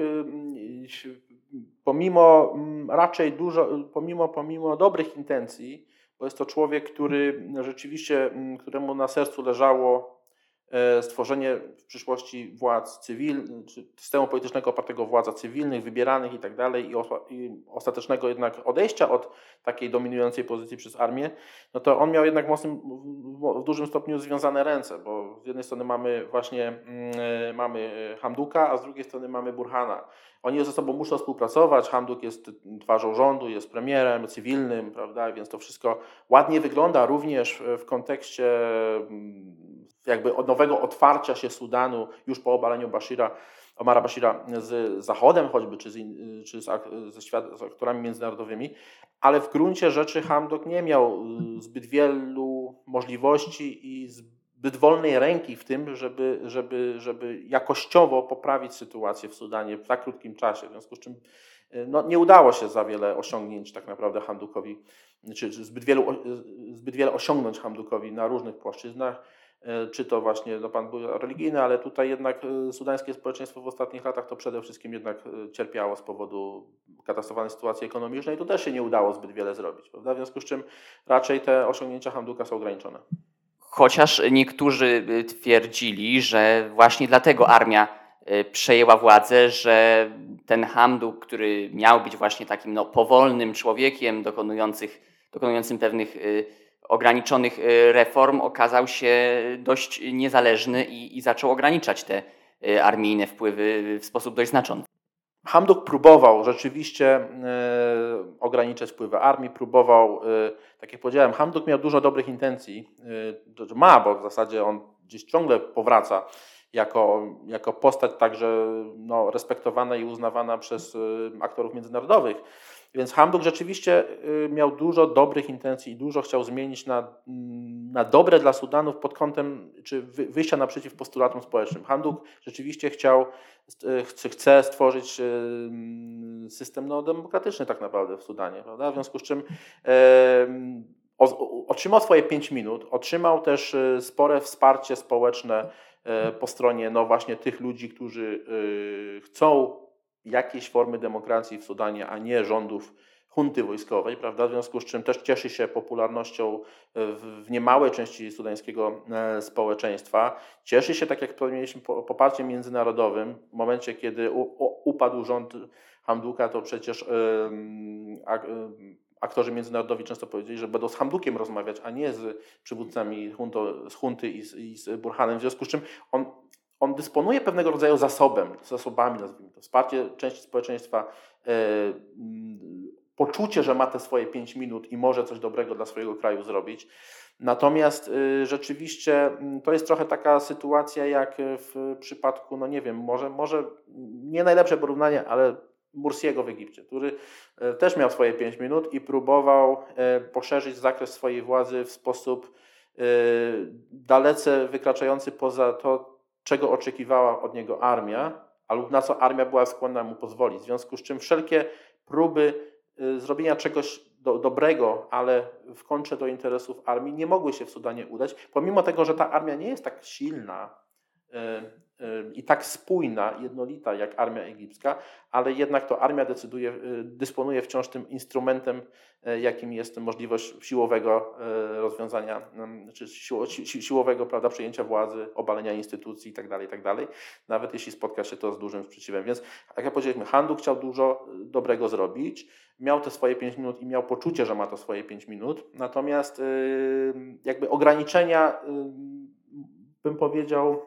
pomimo raczej dużo, pomimo, pomimo dobrych intencji, bo jest to człowiek, który rzeczywiście, któremu na sercu leżało stworzenie w przyszłości władz cywilnych, czy systemu politycznego opartego o władza cywilnych, wybieranych i tak dalej, i ostatecznego jednak odejścia od takiej dominującej pozycji przez armię, no to on miał jednak mocnym, w dużym stopniu związane ręce, bo z jednej strony mamy właśnie mamy Hamduka, a z drugiej strony mamy Burhana. Oni ze sobą muszą współpracować. Hamduk jest twarzą rządu, jest premierem cywilnym, prawda? Więc to wszystko ładnie wygląda również w kontekście jakby od nowego otwarcia się Sudanu już po obaleniu Bashira, Omara Bashira z Zachodem choćby, czy, z, czy z, ze świat, z aktorami międzynarodowymi, ale w gruncie rzeczy Hamdok nie miał zbyt wielu możliwości i zbyt wolnej ręki w tym, żeby, żeby, żeby jakościowo poprawić sytuację w Sudanie w tak krótkim czasie. W związku z czym no, nie udało się za wiele osiągnięć tak naprawdę Hamdukowi, czy, czy zbyt, wielu, zbyt wiele osiągnąć Hamdukowi na różnych płaszczyznach. Czy to właśnie, no pan był religijny, ale tutaj jednak sudańskie społeczeństwo w ostatnich latach to przede wszystkim jednak cierpiało z powodu katastrofalnej sytuacji ekonomicznej. Tu też się nie udało zbyt wiele zrobić, prawda? W związku z czym raczej te osiągnięcia Hamduka są ograniczone. Chociaż niektórzy twierdzili, że właśnie dlatego armia przejęła władzę, że ten Hamduk, który miał być właśnie takim no, powolnym człowiekiem dokonujących, dokonującym pewnych ograniczonych reform, okazał się dość niezależny i, i zaczął ograniczać te armijne wpływy w sposób dość znaczący. Hamduk próbował rzeczywiście e, ograniczać wpływy armii, próbował, e, tak jak powiedziałem, Hamduk miał dużo dobrych intencji, e, ma, bo w zasadzie on gdzieś ciągle powraca jako, jako postać także no, respektowana i uznawana przez e, aktorów międzynarodowych. Więc Hamduk rzeczywiście miał dużo dobrych intencji i dużo chciał zmienić na, na dobre dla Sudanów pod kątem czy wyjścia naprzeciw postulatom społecznym. Hamduk rzeczywiście chciał, chce stworzyć system no, demokratyczny tak naprawdę w Sudanie, prawda? W związku z czym e, otrzymał swoje pięć minut, otrzymał też spore wsparcie społeczne po stronie no właśnie tych ludzi, którzy chcą jakiejś formy demokracji w Sudanie, a nie rządów hunty wojskowej, prawda? W związku z czym też cieszy się popularnością w niemałej części sudańskiego społeczeństwa. Cieszy się, tak jak powiedzieliśmy, poparciem międzynarodowym. W momencie, kiedy upadł rząd Hamduka, to przecież aktorzy międzynarodowi często powiedzieli, że będą z Hamdukiem rozmawiać, a nie z przywódcami hunto, z hunty i z, i z Burhanem. W związku z czym on On dysponuje pewnego rodzaju zasobem, zasobami, nazwijmy to, wsparcie części społeczeństwa, e, poczucie, że ma te swoje pięć minut i może coś dobrego dla swojego kraju zrobić. Natomiast e, rzeczywiście to jest trochę taka sytuacja jak w przypadku, no nie wiem, może, może nie najlepsze porównanie, ale Mursiego w Egipcie, który e, też miał swoje pięć minut i próbował e, poszerzyć zakres swojej władzy w sposób e, dalece wykraczający poza to, czego oczekiwała od niego armia, albo na co armia była skłonna mu pozwolić. W związku z czym wszelkie próby zrobienia czegoś do, dobrego, ale w kontrze do interesów armii nie mogły się w Sudanie udać, pomimo tego, że ta armia nie jest tak silna i tak spójna, jednolita jak armia egipska, ale jednak to armia decyduje, dysponuje wciąż tym instrumentem, jakim jest możliwość siłowego rozwiązania, czy siłowego, prawda, przejęcia władzy, obalenia instytucji itd., itd., nawet jeśli spotka się to z dużym sprzeciwem. Więc, jak ja powiedzieliśmy, Hamduk chciał dużo dobrego zrobić, miał te swoje pięć minut i miał poczucie, że ma to swoje pięć minut, natomiast jakby ograniczenia, bym powiedział,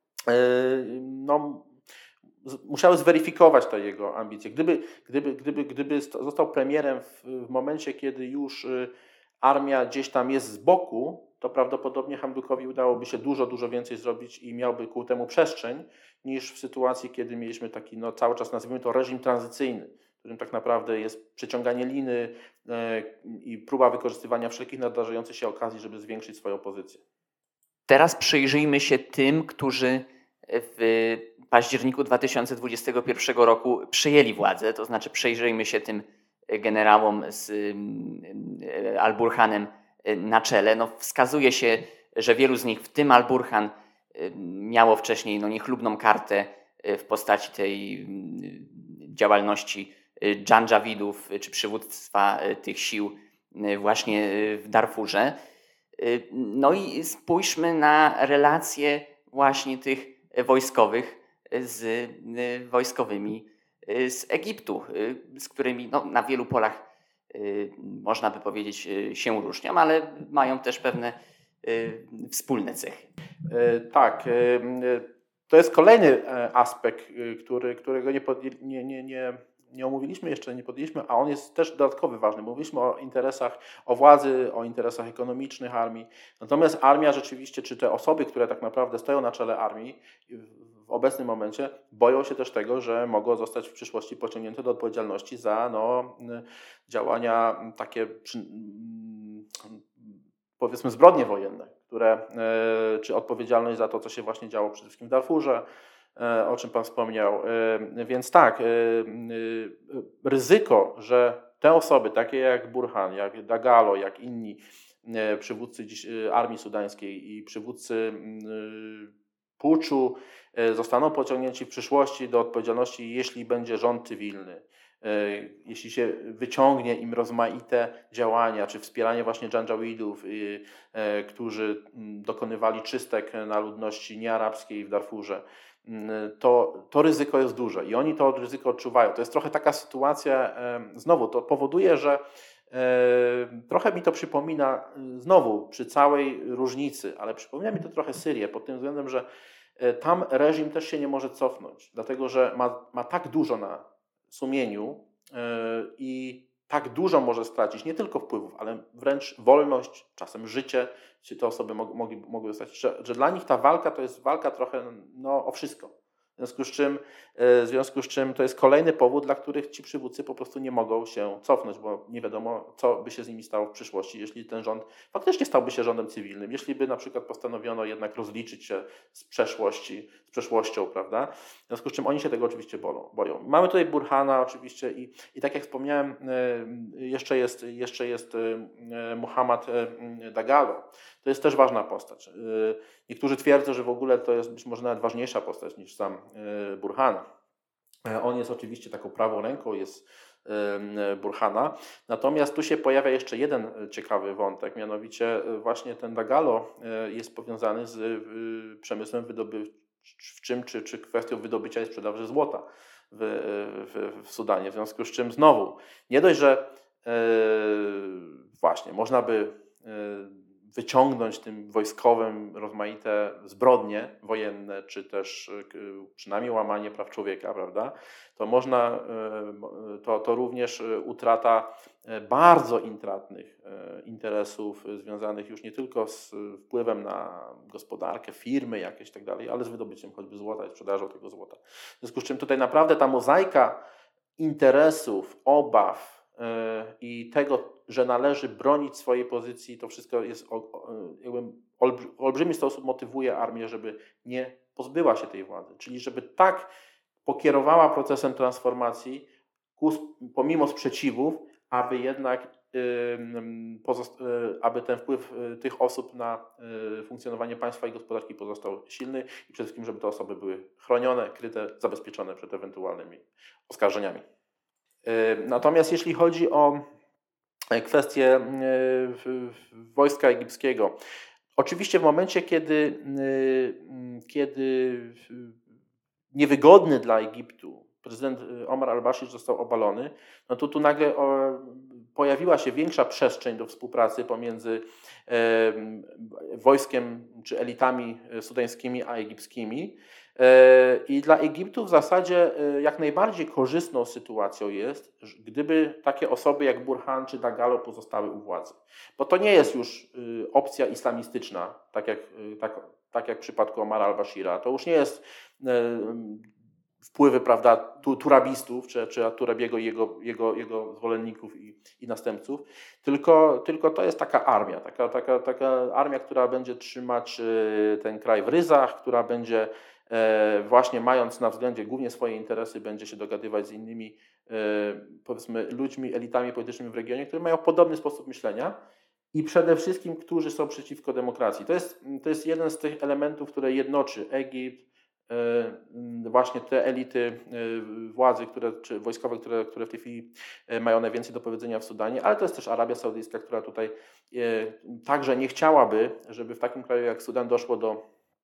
no, musiały zweryfikować te jego ambicje. Gdyby, gdyby, gdyby, gdyby został premierem w, w momencie, kiedy już armia gdzieś tam jest z boku, to prawdopodobnie Hamdukowi udałoby się dużo, dużo więcej zrobić i miałby ku temu przestrzeń, niż w sytuacji, kiedy mieliśmy taki no, cały czas, nazwijmy to, reżim tranzycyjny, w którym tak naprawdę jest przeciąganie liny e, i próba wykorzystywania wszelkich nadarzających się okazji, żeby zwiększyć swoją pozycję. Teraz przyjrzyjmy się tym, którzy w październiku dwa tysiące dwudziestego pierwszego roku przejęli władzę, to znaczy przyjrzyjmy się tym generałom z Al-Burhanem na czele. No, wskazuje się, że wielu z nich, w tym Al-Burhan, miało wcześniej no, niechlubną kartę w postaci tej działalności Dżandżawidów czy przywództwa tych sił właśnie w Darfurze. No i spójrzmy na relacje właśnie tych wojskowych z wojskowymi z Egiptu, z którymi no, na wielu polach można by powiedzieć się różnią, ale mają też pewne wspólne cechy. Tak, to jest kolejny aspekt, który, którego nie, nie, nie, nie, nie omówiliśmy jeszcze, nie podjęliśmy, a on jest też dodatkowy ważny. Mówiliśmy o interesach, o władzy, o interesach ekonomicznych armii. Natomiast armia rzeczywiście, czy te osoby, które tak naprawdę stoją na czele armii w obecnym momencie, boją się też tego, że mogą zostać w przyszłości pociągnięte do odpowiedzialności za no, działania takie, powiedzmy, zbrodnie wojenne, które, czy odpowiedzialność za to, co się właśnie działo przede wszystkim w Darfurze, o czym Pan wspomniał. Więc tak, ryzyko, że te osoby, takie jak Burhan, jak Dagalo, jak inni przywódcy armii sudańskiej i przywódcy puczu zostaną pociągnięci w przyszłości do odpowiedzialności, jeśli będzie rząd cywilny, jeśli się wyciągnie im rozmaite działania, czy wspieranie właśnie dżandżawidów, którzy dokonywali czystek na ludności niearabskiej w Darfurze, to, to ryzyko jest duże i oni to ryzyko odczuwają. To jest trochę taka sytuacja, znowu to powoduje, że trochę mi to przypomina, znowu przy całej różnicy, ale przypomina mi to trochę Syrię pod tym względem, że tam reżim też się nie może cofnąć, dlatego że ma, ma tak dużo na sumieniu i tak dużo może stracić, nie tylko wpływów, ale wręcz wolność, czasem życie, czy te osoby mogli, mogły zostać, że, że dla nich ta walka to jest walka trochę no, o wszystko. W związku z czym, w związku z czym to jest kolejny powód, dla których ci przywódcy po prostu nie mogą się cofnąć, bo nie wiadomo, co by się z nimi stało w przyszłości, jeśli ten rząd faktycznie stałby się rządem cywilnym, jeśli by na przykład postanowiono jednak rozliczyć się z przeszłości, z przeszłością, prawda? W związku z czym oni się tego oczywiście boją. boją. Mamy tutaj Burhana oczywiście i, i tak jak wspomniałem, jeszcze jest, jeszcze jest Muhammad Dagalo. To jest też ważna postać. Niektórzy twierdzą, że w ogóle to jest być może nawet ważniejsza postać niż sam Burhan. On jest oczywiście taką prawą ręką, jest Burhana. Natomiast tu się pojawia jeszcze jeden ciekawy wątek, mianowicie właśnie ten Dagalo jest powiązany z przemysłem wydobywczym, czy, czy kwestią wydobycia i sprzedaży złota w, w, w Sudanie. W związku z czym znowu, nie dość, że właśnie można by wyciągnąć tym wojskowym rozmaite zbrodnie wojenne, czy też przynajmniej łamanie praw człowieka, prawda? To można, to, to również utrata bardzo intratnych interesów związanych już nie tylko z wpływem na gospodarkę, firmy jakieś i tak dalej, ale z wydobyciem choćby złota i sprzedażą tego złota. W związku z czym tutaj naprawdę ta mozaika interesów, obaw i tego, że należy bronić swojej pozycji, to wszystko jest jakby w olbrzymi sposób motywuje armię, żeby nie pozbyła się tej władzy. Czyli żeby tak pokierowała procesem transformacji, pomimo sprzeciwów, aby jednak aby ten wpływ tych osób na funkcjonowanie państwa i gospodarki pozostał silny i przede wszystkim, żeby te osoby były chronione, kryte, zabezpieczone przed ewentualnymi oskarżeniami. Natomiast jeśli chodzi o kwestię wojska egipskiego, oczywiście w momencie, kiedy, kiedy niewygodny dla Egiptu prezydent Omar al-Bashir został obalony, no to tu nagle pojawiła się większa przestrzeń do współpracy pomiędzy wojskiem czy elitami sudańskimi a egipskimi. I dla Egiptu w zasadzie jak najbardziej korzystną sytuacją jest, gdyby takie osoby jak Burhan czy Dagalo pozostały u władzy. Bo to nie jest już opcja islamistyczna, tak jak, tak, tak jak w przypadku Omara al-Bashira. To już nie jest wpływy, prawda, turabistów, czy, czy Turabiego i jego, jego, jego zwolenników i, i następców, tylko, tylko to jest taka armia, taka, taka, taka armia, która będzie trzymać ten kraj w ryzach, która będzie właśnie mając na względzie głównie swoje interesy, będzie się dogadywać z innymi, powiedzmy, ludźmi, elitami politycznymi w regionie, które mają podobny sposób myślenia i przede wszystkim, którzy są przeciwko demokracji. To jest, to jest jeden z tych elementów, które jednoczy Egipt, właśnie te elity władzy, które, czy wojskowe, które, które w tej chwili mają najwięcej do powiedzenia w Sudanie, ale to jest też Arabia Saudyjska, która tutaj także nie chciałaby, żeby w takim kraju jak Sudan doszło do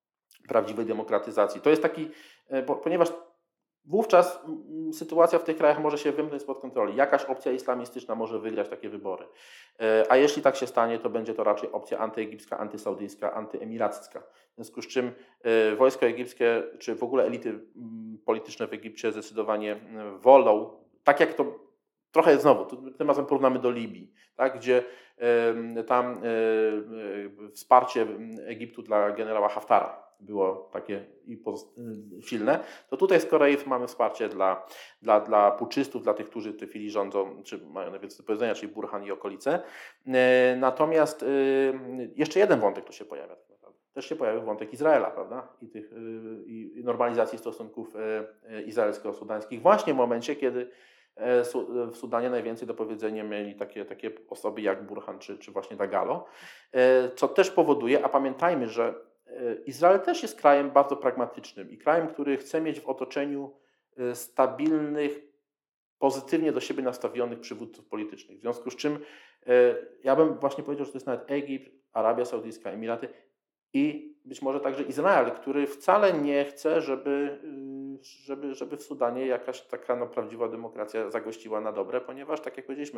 prawdziwej demokratyzacji. To jest taki, ponieważ wówczas sytuacja w tych krajach może się wymknąć spod kontroli. Jakaś opcja islamistyczna może wygrać takie wybory. A jeśli tak się stanie, to będzie to raczej opcja antyegipska, antysaudyjska, antyemiracka. W związku z czym wojsko egipskie, czy w ogóle elity polityczne w Egipcie zdecydowanie wolą, tak jak to trochę znowu, tym razem porównamy do Libii, tak, gdzie y, tam y, y, wsparcie Egiptu dla generała Haftara było takie i silne, to tutaj z Korei mamy wsparcie dla, dla, dla puczystów, dla tych, którzy w tej chwili rządzą, czy mają najwięcej do powiedzenia, czyli Burhan i okolice. Natomiast jeszcze jeden wątek tu się pojawia. Też się pojawił wątek Izraela, prawda? I, tych, i normalizacji stosunków izraelsko-sudańskich właśnie w momencie, kiedy w Sudanie najwięcej do powiedzenia mieli takie, takie osoby jak Burhan czy, czy właśnie Dagalo, co też powoduje, a pamiętajmy, że Izrael też jest krajem bardzo pragmatycznym i krajem, który chce mieć w otoczeniu stabilnych, pozytywnie do siebie nastawionych przywódców politycznych. W związku z czym ja bym właśnie powiedział, że to jest nawet Egipt, Arabia Saudyjska, Emiraty i być może także Izrael, który wcale nie chce, żeby, żeby, żeby w Sudanie jakaś taka no, prawdziwa demokracja zagościła na dobre, ponieważ tak jak powiedzieliśmy,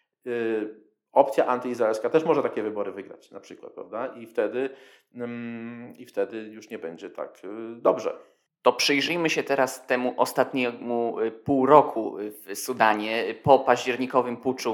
opcja antyizraelska też może takie wybory wygrać na przykład, prawda? I wtedy, i wtedy już nie będzie tak dobrze. To przyjrzyjmy się teraz temu ostatniemu pół roku w Sudanie. Po październikowym puczu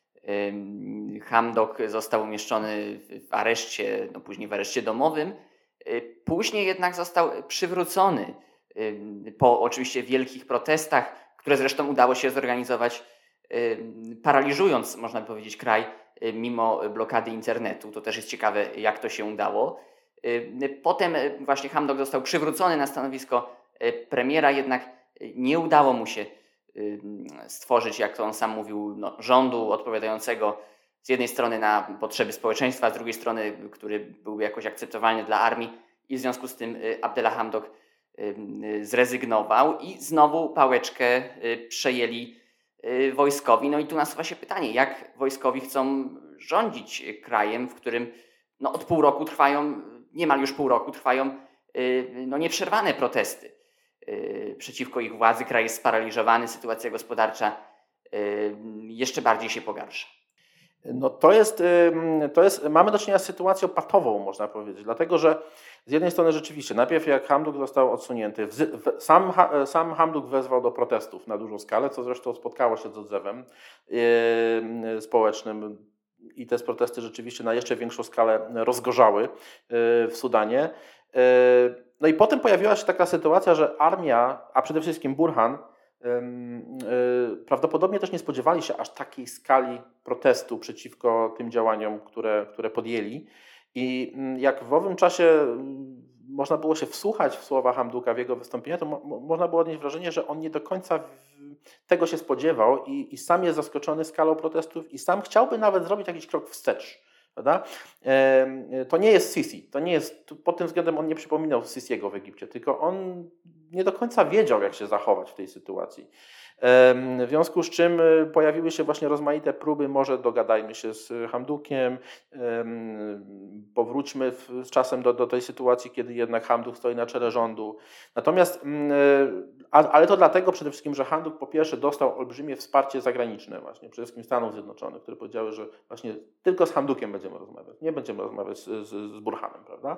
Hamdok został umieszczony w areszcie, no później w areszcie domowym. Później jednak został przywrócony po oczywiście wielkich protestach, które zresztą udało się zorganizować, paraliżując, można by powiedzieć, kraj mimo blokady internetu. To też jest ciekawe, jak to się udało. Potem właśnie Hamdok został przywrócony na stanowisko premiera, jednak nie udało mu się stworzyć, jak to on sam mówił, no, rządu odpowiadającego z jednej strony na potrzeby społeczeństwa, a z drugiej strony, który byłby jakoś akceptowalny dla armii i w związku z tym Abdallah Hamdok zrezygnował i znowu pałeczkę przejęli wojskowi. No i tu nasuwa się pytanie, jak wojskowi chcą rządzić krajem, w którym no, od pół roku trwają, niemal już pół roku trwają no, nieprzerwane protesty przeciwko ich władzy. Kraj jest sparaliżowany, sytuacja gospodarcza jeszcze bardziej się pogarsza. No to jest, to jest, mamy do czynienia z sytuacją patową, można powiedzieć, dlatego że z jednej strony rzeczywiście, najpierw jak Hamdok został odsunięty, sam, sam Hamdok wezwał do protestów na dużą skalę, co zresztą spotkało się z odzewem yy, społecznym i te protesty rzeczywiście na jeszcze większą skalę rozgorzały yy, w Sudanie. Yy, no i potem pojawiła się taka sytuacja, że armia, a przede wszystkim Burhan, prawdopodobnie też nie spodziewali się aż takiej skali protestu przeciwko tym działaniom, które, które podjęli. I jak w owym czasie można było się wsłuchać w słowa Hamduka, w jego wystąpienia, to mo- można było odnieść wrażenie, że on nie do końca tego się spodziewał i, i sam jest zaskoczony skalą protestów i sam chciałby nawet zrobić jakiś krok wstecz. Prawda? To nie jest Sisi, to nie jest, pod tym względem on nie przypominał Sisiego w Egipcie, tylko on nie do końca wiedział, jak się zachować w tej sytuacji. W związku z czym pojawiły się właśnie rozmaite próby, może dogadajmy się z Hamdukiem, powróćmy z czasem do, do tej sytuacji, kiedy jednak Hamduk stoi na czele rządu. Natomiast, ale to dlatego przede wszystkim, że Hamduk po pierwsze dostał olbrzymie wsparcie zagraniczne właśnie, przede wszystkim Stanów Zjednoczonych, które powiedziały, że właśnie tylko z Hamdukiem będziemy rozmawiać, nie będziemy rozmawiać z, z, z Burhanem, prawda?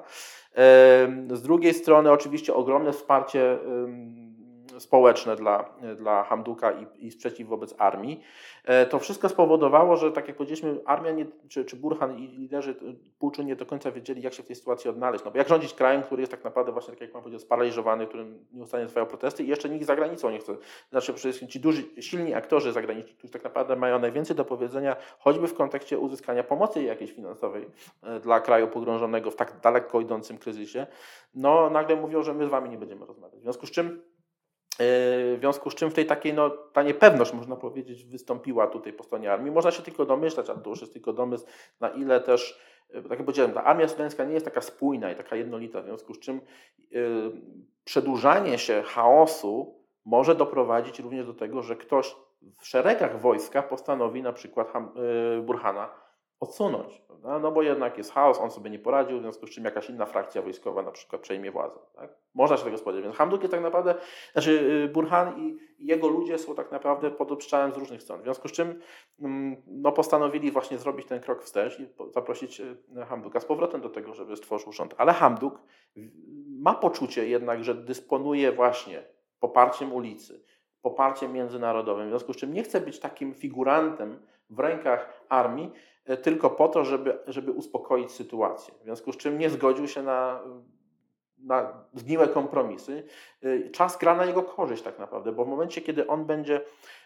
Z drugiej strony oczywiście ogromne wsparcie społeczne dla, dla Hamduka i, i sprzeciw wobec armii. To wszystko spowodowało, że tak jak powiedzieliśmy, armia nie, czy, czy Burhan i liderzy puczu nie do końca wiedzieli, jak się w tej sytuacji odnaleźć. No bo jak rządzić krajem, który jest tak naprawdę właśnie, tak jak pan powiedział, sparaliżowany, w którym nieustannie trwają protesty i jeszcze nikt za granicą nie chce. Znaczy przede wszystkim ci duży, silni aktorzy zagraniczni, którzy tak naprawdę mają najwięcej do powiedzenia, choćby w kontekście uzyskania pomocy jakiejś finansowej dla kraju pogrążonego w tak daleko idącym kryzysie, no nagle mówią, że my z wami nie będziemy rozmawiać. W związku z czym W związku z czym w tej takiej, no, ta niepewność, można powiedzieć, wystąpiła tutaj po stronie armii. Można się tylko domyślać, a to już jest tylko domysł, na ile też, tak jak powiedziałem, ta armia sudańska nie jest taka spójna i taka jednolita, w związku z czym yy, przedłużanie się chaosu może doprowadzić również do tego, że ktoś w szeregach wojska postanowi na przykład Ham, yy, Burhana odsunąć, prawda? No bo jednak jest chaos, on sobie nie poradził, w związku z czym jakaś inna frakcja wojskowa na przykład przejmie władzę. Tak? Można się tego spodziewać. Więc Hamduk jest tak naprawdę, znaczy Burhan i jego ludzie są tak naprawdę pod obstrzałem z różnych stron. W związku z czym no, postanowili właśnie zrobić ten krok wstecz i zaprosić Hamduka z powrotem do tego, żeby stworzył rząd. Ale Hamduk ma poczucie jednak, że dysponuje właśnie poparciem ulicy, poparciem międzynarodowym, w związku z czym nie chce być takim figurantem w rękach armii tylko po to, żeby, żeby uspokoić sytuację. W związku z czym nie zgodził się na, na zgniłe kompromisy. Czas gra na jego korzyść tak naprawdę, bo w momencie, kiedy on będzie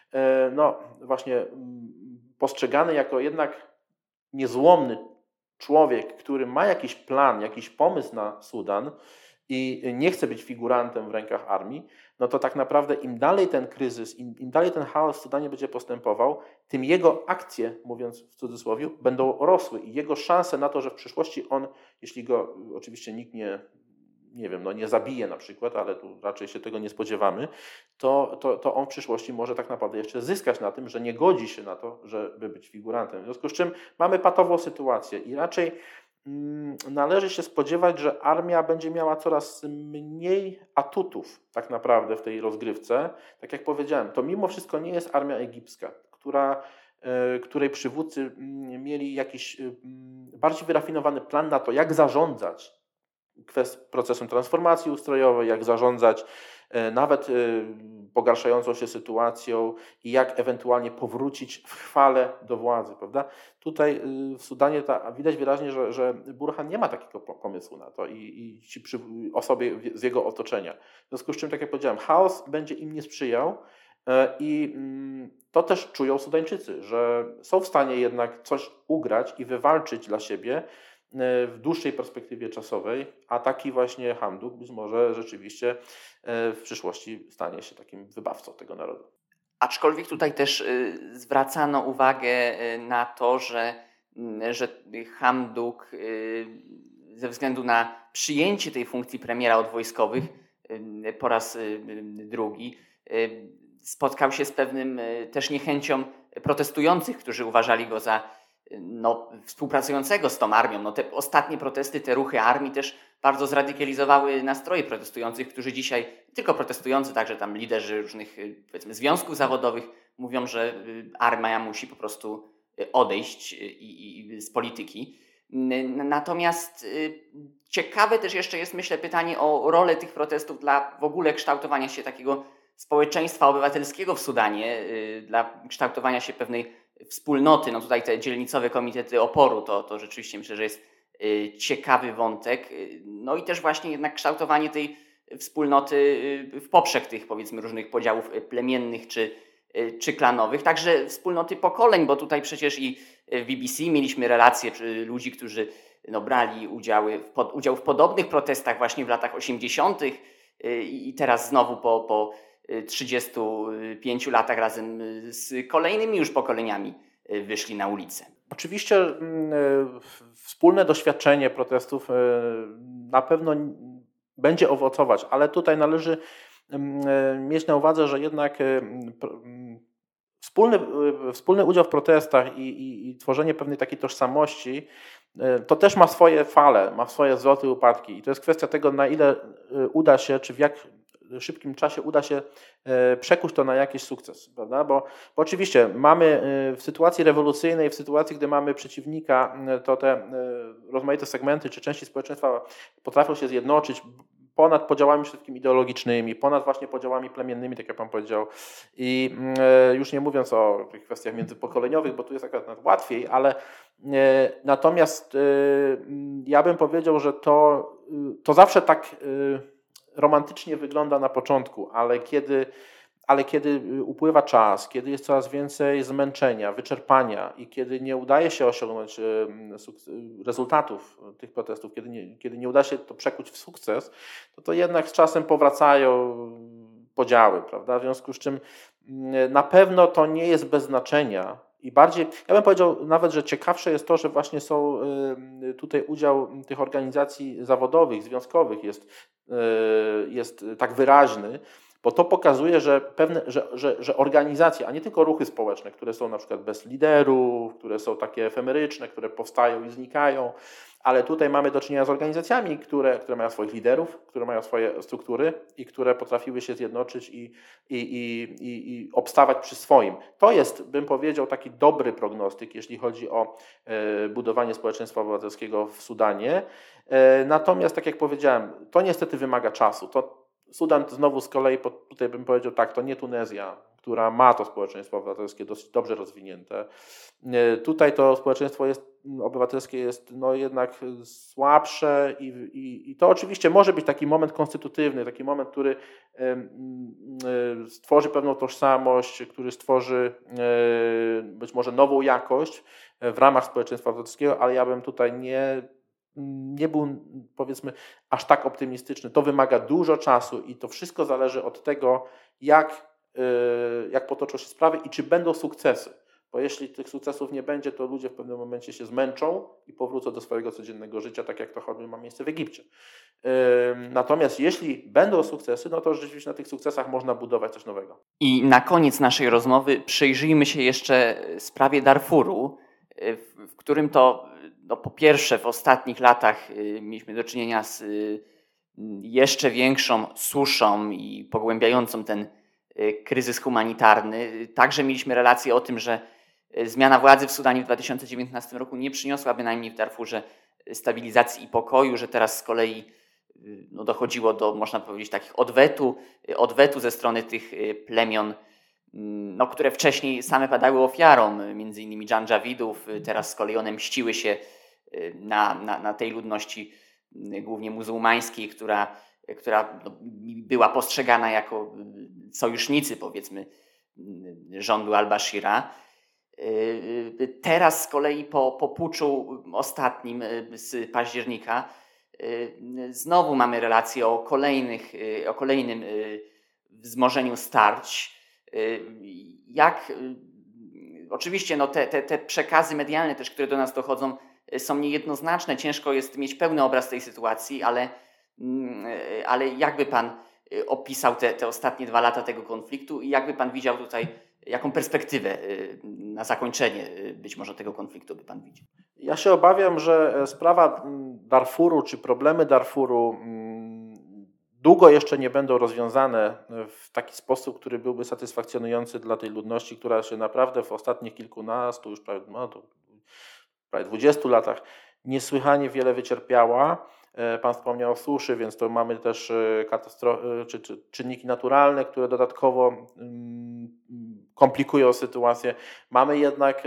no właśnie postrzegany jako jednak niezłomny człowiek, który ma jakiś plan, jakiś pomysł na Sudan i nie chce być figurantem w rękach armii, no to tak naprawdę im dalej ten kryzys, im, im dalej ten chaos w Sudanie będzie postępował, tym jego akcje, mówiąc w cudzysłowie, będą rosły i jego szanse na to, że w przyszłości on, jeśli go oczywiście nikt nie, nie wiem, no nie zabije na przykład, ale tu raczej się tego nie spodziewamy, to, to, to on w przyszłości może tak naprawdę jeszcze zyskać na tym, że nie godzi się na to, żeby być figurantem. W związku z czym mamy patową sytuację i raczej mm, należy się spodziewać, że armia będzie miała coraz mniej atutów tak naprawdę w tej rozgrywce. Tak jak powiedziałem, to mimo wszystko nie jest armia egipska, która której przywódcy mieli jakiś bardziej wyrafinowany plan na to, jak zarządzać kwest procesem transformacji ustrojowej, jak zarządzać nawet pogarszającą się sytuacją i jak ewentualnie powrócić w chwale do władzy, prawda? Tutaj w Sudanie ta, widać wyraźnie, że, że Burhan nie ma takiego pomysłu na to i, i ci przy, osoby z jego otoczenia. W związku z czym, tak jak powiedziałem, chaos będzie im nie sprzyjał i to też czują Sudańczycy, że są w stanie jednak coś ugrać i wywalczyć dla siebie w dłuższej perspektywie czasowej, a taki właśnie Hamduk być może rzeczywiście w przyszłości stanie się takim wybawcą tego narodu. Aczkolwiek tutaj też zwracano uwagę na to, że, że Hamduk ze względu na przyjęcie tej funkcji premiera od wojskowych po raz drugi spotkał się z pewnym też niechęcią protestujących, którzy uważali go za no, współpracującego z tą armią. No, te ostatnie protesty, te ruchy armii też bardzo zradykalizowały nastroje protestujących, którzy dzisiaj, nie tylko protestujący, także tam liderzy różnych, powiedzmy, związków zawodowych mówią, że armia musi po prostu odejść i, i z polityki. Natomiast ciekawe też jeszcze jest, myślę, pytanie o rolę tych protestów dla w ogóle kształtowania się takiego społeczeństwa obywatelskiego w Sudanie, dla kształtowania się pewnej wspólnoty. No tutaj te dzielnicowe komitety oporu, to, to rzeczywiście myślę, że jest ciekawy wątek. No i też właśnie jednak kształtowanie tej wspólnoty w poprzek tych, powiedzmy, różnych podziałów plemiennych czy, czy klanowych. Także wspólnoty pokoleń, bo tutaj przecież i w B B C mieliśmy relacje ludzi, którzy no, brali udziały w, pod, udział w podobnych protestach właśnie w latach osiemdziesiątych i teraz znowu po, po trzydziestu pięciu latach razem z kolejnymi już pokoleniami wyszli na ulicę. Oczywiście wspólne doświadczenie protestów na pewno będzie owocować, ale tutaj należy mieć na uwadze, że jednak wspólny, wspólny udział w protestach i, i, i tworzenie pewnej takiej tożsamości to też ma swoje fale, ma swoje wzloty, upadki i to jest kwestia tego, na ile uda się, czy w jak szybkim czasie uda się przekuć to na jakiś sukces, prawda? Bo, bo oczywiście mamy w sytuacji rewolucyjnej, w sytuacji, gdy mamy przeciwnika, to te rozmaite segmenty czy części społeczeństwa potrafią się zjednoczyć ponad podziałami przede wszystkim ideologicznymi, ponad właśnie podziałami plemiennymi, tak jak Pan powiedział. I już nie mówiąc o tych kwestiach międzypokoleniowych, bo tu jest akurat łatwiej, ale natomiast ja bym powiedział, że to, to zawsze tak romantycznie wygląda na początku, ale kiedy, ale kiedy upływa czas, kiedy jest coraz więcej zmęczenia, wyczerpania i kiedy nie udaje się osiągnąć rezultatów tych protestów, kiedy nie, kiedy nie uda się to przekuć w sukces, to to jednak z czasem powracają podziały, prawda? W związku z czym na pewno to nie jest bez znaczenia i bardziej, ja bym powiedział nawet, że ciekawsze jest to, że właśnie są tutaj udział tych organizacji zawodowych, związkowych jest, jest tak wyraźny, bo to pokazuje, że pewne, że, że, że organizacje, a nie tylko ruchy społeczne, które są na przykład bez liderów, które są takie efemeryczne, które powstają i znikają, ale tutaj mamy do czynienia z organizacjami, które, które mają swoich liderów, które mają swoje struktury i które potrafiły się zjednoczyć i, i, i, i, i obstawać przy swoim. To jest, bym powiedział, taki dobry prognostyk, jeśli chodzi o e, budowanie społeczeństwa obywatelskiego w Sudanie. E, natomiast, tak jak powiedziałem, to niestety wymaga czasu. To Sudan znowu z kolei, tutaj bym powiedział tak, to nie Tunezja, która ma to społeczeństwo obywatelskie dosyć dobrze rozwinięte. Tutaj to społeczeństwo jest, obywatelskie jest no jednak słabsze i, i, i to oczywiście może być taki moment konstytutywny, taki moment, który stworzy pewną tożsamość, który stworzy być może nową jakość w ramach społeczeństwa obywatelskiego, ale ja bym tutaj nie nie był, powiedzmy, aż tak optymistyczny. To wymaga dużo czasu i to wszystko zależy od tego, jak, jak potoczą się sprawy i czy będą sukcesy. Bo jeśli tych sukcesów nie będzie, to ludzie w pewnym momencie się zmęczą i powrócą do swojego codziennego życia, tak jak to choćby ma miejsce w Egipcie. Natomiast jeśli będą sukcesy, no to rzeczywiście na tych sukcesach można budować coś nowego. I na koniec naszej rozmowy przyjrzyjmy się jeszcze sprawie Darfuru, w którym to no po pierwsze w ostatnich latach mieliśmy do czynienia z jeszcze większą suszą i pogłębiającą ten kryzys humanitarny. Także mieliśmy relacje o tym, że zmiana władzy w Sudanie w dwa tysiące dziewiętnastym roku nie przyniosła bynajmniej w Darfurze stabilizacji i pokoju, że teraz z kolei no, dochodziło do, można powiedzieć, takich odwetu, odwetu ze strony tych plemion, no, które wcześniej same padały ofiarą, między innymi Dżandżawidów. Teraz z kolei one mściły się na, na, na tej ludności głównie muzułmańskiej, która, która no, była postrzegana jako sojusznicy, powiedzmy, rządu al-Bashira. Teraz z kolei po, po puczu ostatnim z października znowu mamy relację o, kolejnych, o kolejnym wzmożeniu starć. Jak oczywiście no te, te, te przekazy medialne też, które do nas dochodzą, są niejednoznaczne. Ciężko jest mieć pełny obraz tej sytuacji, ale, ale jakby Pan opisał te, te ostatnie dwa lata tego konfliktu i jakby Pan widział tutaj, jaką perspektywę na zakończenie być może tego konfliktu by Pan widział? Ja się obawiam, że sprawa Darfuru czy problemy Darfuru długo jeszcze nie będą rozwiązane w taki sposób, który byłby satysfakcjonujący dla tej ludności, która się naprawdę w ostatnich kilkunastu, już prawie, no, prawie dwudziestu latach niesłychanie wiele wycierpiała. Pan wspomniał o suszy, więc to mamy też katastro- czy, czy czynniki naturalne, które dodatkowo komplikują sytuację. Mamy jednak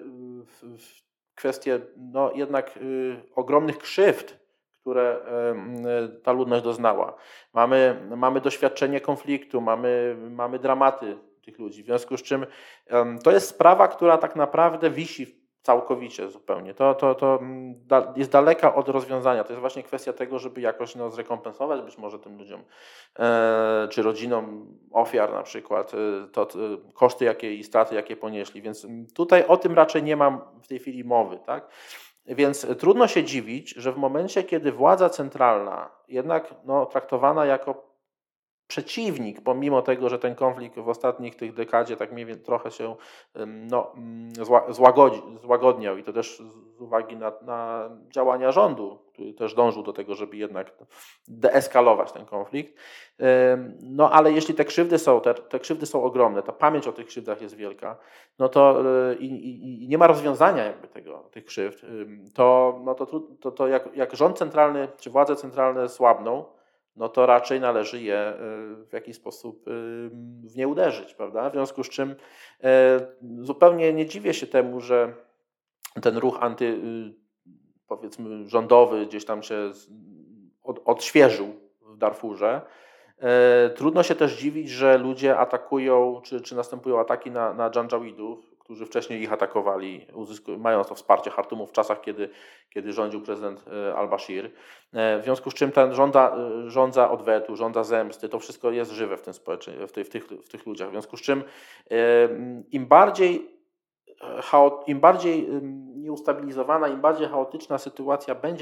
kwestię no, jednak ogromnych krzywd, które ta ludność doznała. Mamy, mamy doświadczenie konfliktu, mamy, mamy dramaty tych ludzi, w związku z czym to jest sprawa, która tak naprawdę wisi całkowicie zupełnie. To, to, to jest daleka od rozwiązania. To jest właśnie kwestia tego, żeby jakoś no, zrekompensować być może tym ludziom, e, czy rodzinom ofiar na przykład, to, to koszty jakie i straty, jakie ponieśli. Więc tutaj o tym raczej nie mam w tej chwili mowy, tak? Więc trudno się dziwić, że w momencie, kiedy władza centralna jednak no, traktowana jako przeciwnik, pomimo tego, że ten konflikt w ostatnich tych dekadzie tak mniej więcej trochę się no, złagodzi, złagodniał i to też z uwagi na, na działania rządu, który też dążył do tego, żeby jednak deeskalować ten konflikt. No ale jeśli te krzywdy są, te, te krzywdy są ogromne, ta pamięć o tych krzywdach jest wielka, no to i, i, i nie ma rozwiązania jakby tego, tych krzywd, to, no to, to, to jak, jak rząd centralny czy władze centralne słabną, no to raczej należy je w jakiś sposób w nie uderzyć, prawda? W związku z czym zupełnie nie dziwię się temu, że ten ruch anty, powiedzmy, rządowy gdzieś tam się od, odświeżył w Darfurze. Trudno się też dziwić, że ludzie atakują, czy, czy następują ataki na, na Dżandżawidów, którzy wcześniej ich atakowali, uzysku- mając to wsparcie Chartumu w czasach, kiedy, kiedy rządził prezydent al-Bashir. W związku z czym ten żąda, żądza odwetu, żądza zemsty, to wszystko jest żywe w tym społeczeństwie, w, tej, w, tych, w tych ludziach. W związku z czym im bardziej, im bardziej nieustabilizowana, im bardziej chaotyczna sytuacja będzie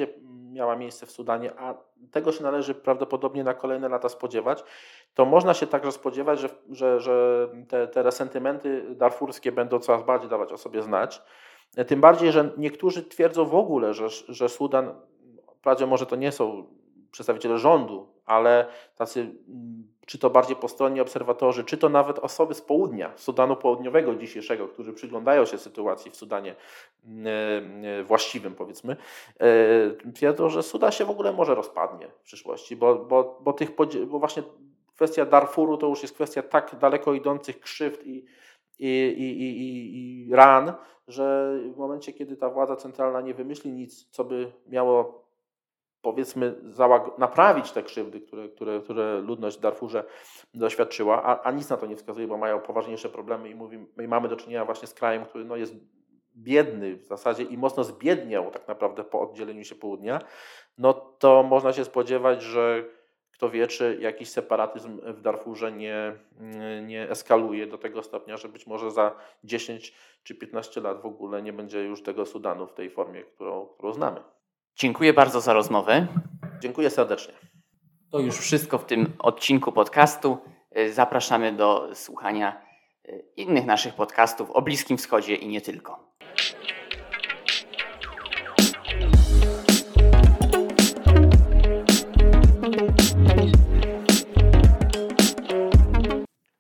miała miejsce w Sudanie, a tego się należy prawdopodobnie na kolejne lata spodziewać, to można się także spodziewać, że, że, że te, te resentymenty darfurskie będą coraz bardziej dawać o sobie znać. Tym bardziej, że niektórzy twierdzą w ogóle, że, że Sudan, wprawdzie może to nie są przedstawiciele rządu, ale tacy, czy to bardziej postronni obserwatorzy, czy to nawet osoby z południa, Sudanu Południowego dzisiejszego, którzy przyglądają się sytuacji w Sudanie właściwym, powiedzmy, twierdzą, że Sudan się w ogóle może rozpadnie w przyszłości, bo, bo, bo, tych, bo właśnie kwestia Darfuru to już jest kwestia tak daleko idących krzywd i, i, i, i, i ran, że w momencie, kiedy ta władza centralna nie wymyśli nic, co by miało, powiedzmy, naprawić te krzywdy, które, które, które ludność w Darfurze doświadczyła, a, a nic na to nie wskazuje, bo mają poważniejsze problemy i, mówimy, i mamy do czynienia właśnie z krajem, który no, jest biedny w zasadzie i mocno zbiedniał tak naprawdę po oddzieleniu się południa, no to można się spodziewać, że kto wie, czy jakiś separatyzm w Darfurze nie, nie eskaluje do tego stopnia, że być może za dziesięć czy piętnaście lat w ogóle nie będzie już tego Sudanu w tej formie, którą, którą znamy. Dziękuję bardzo za rozmowę. Dziękuję serdecznie. To już wszystko w tym odcinku podcastu. Zapraszamy do słuchania innych naszych podcastów o Bliskim Wschodzie i nie tylko.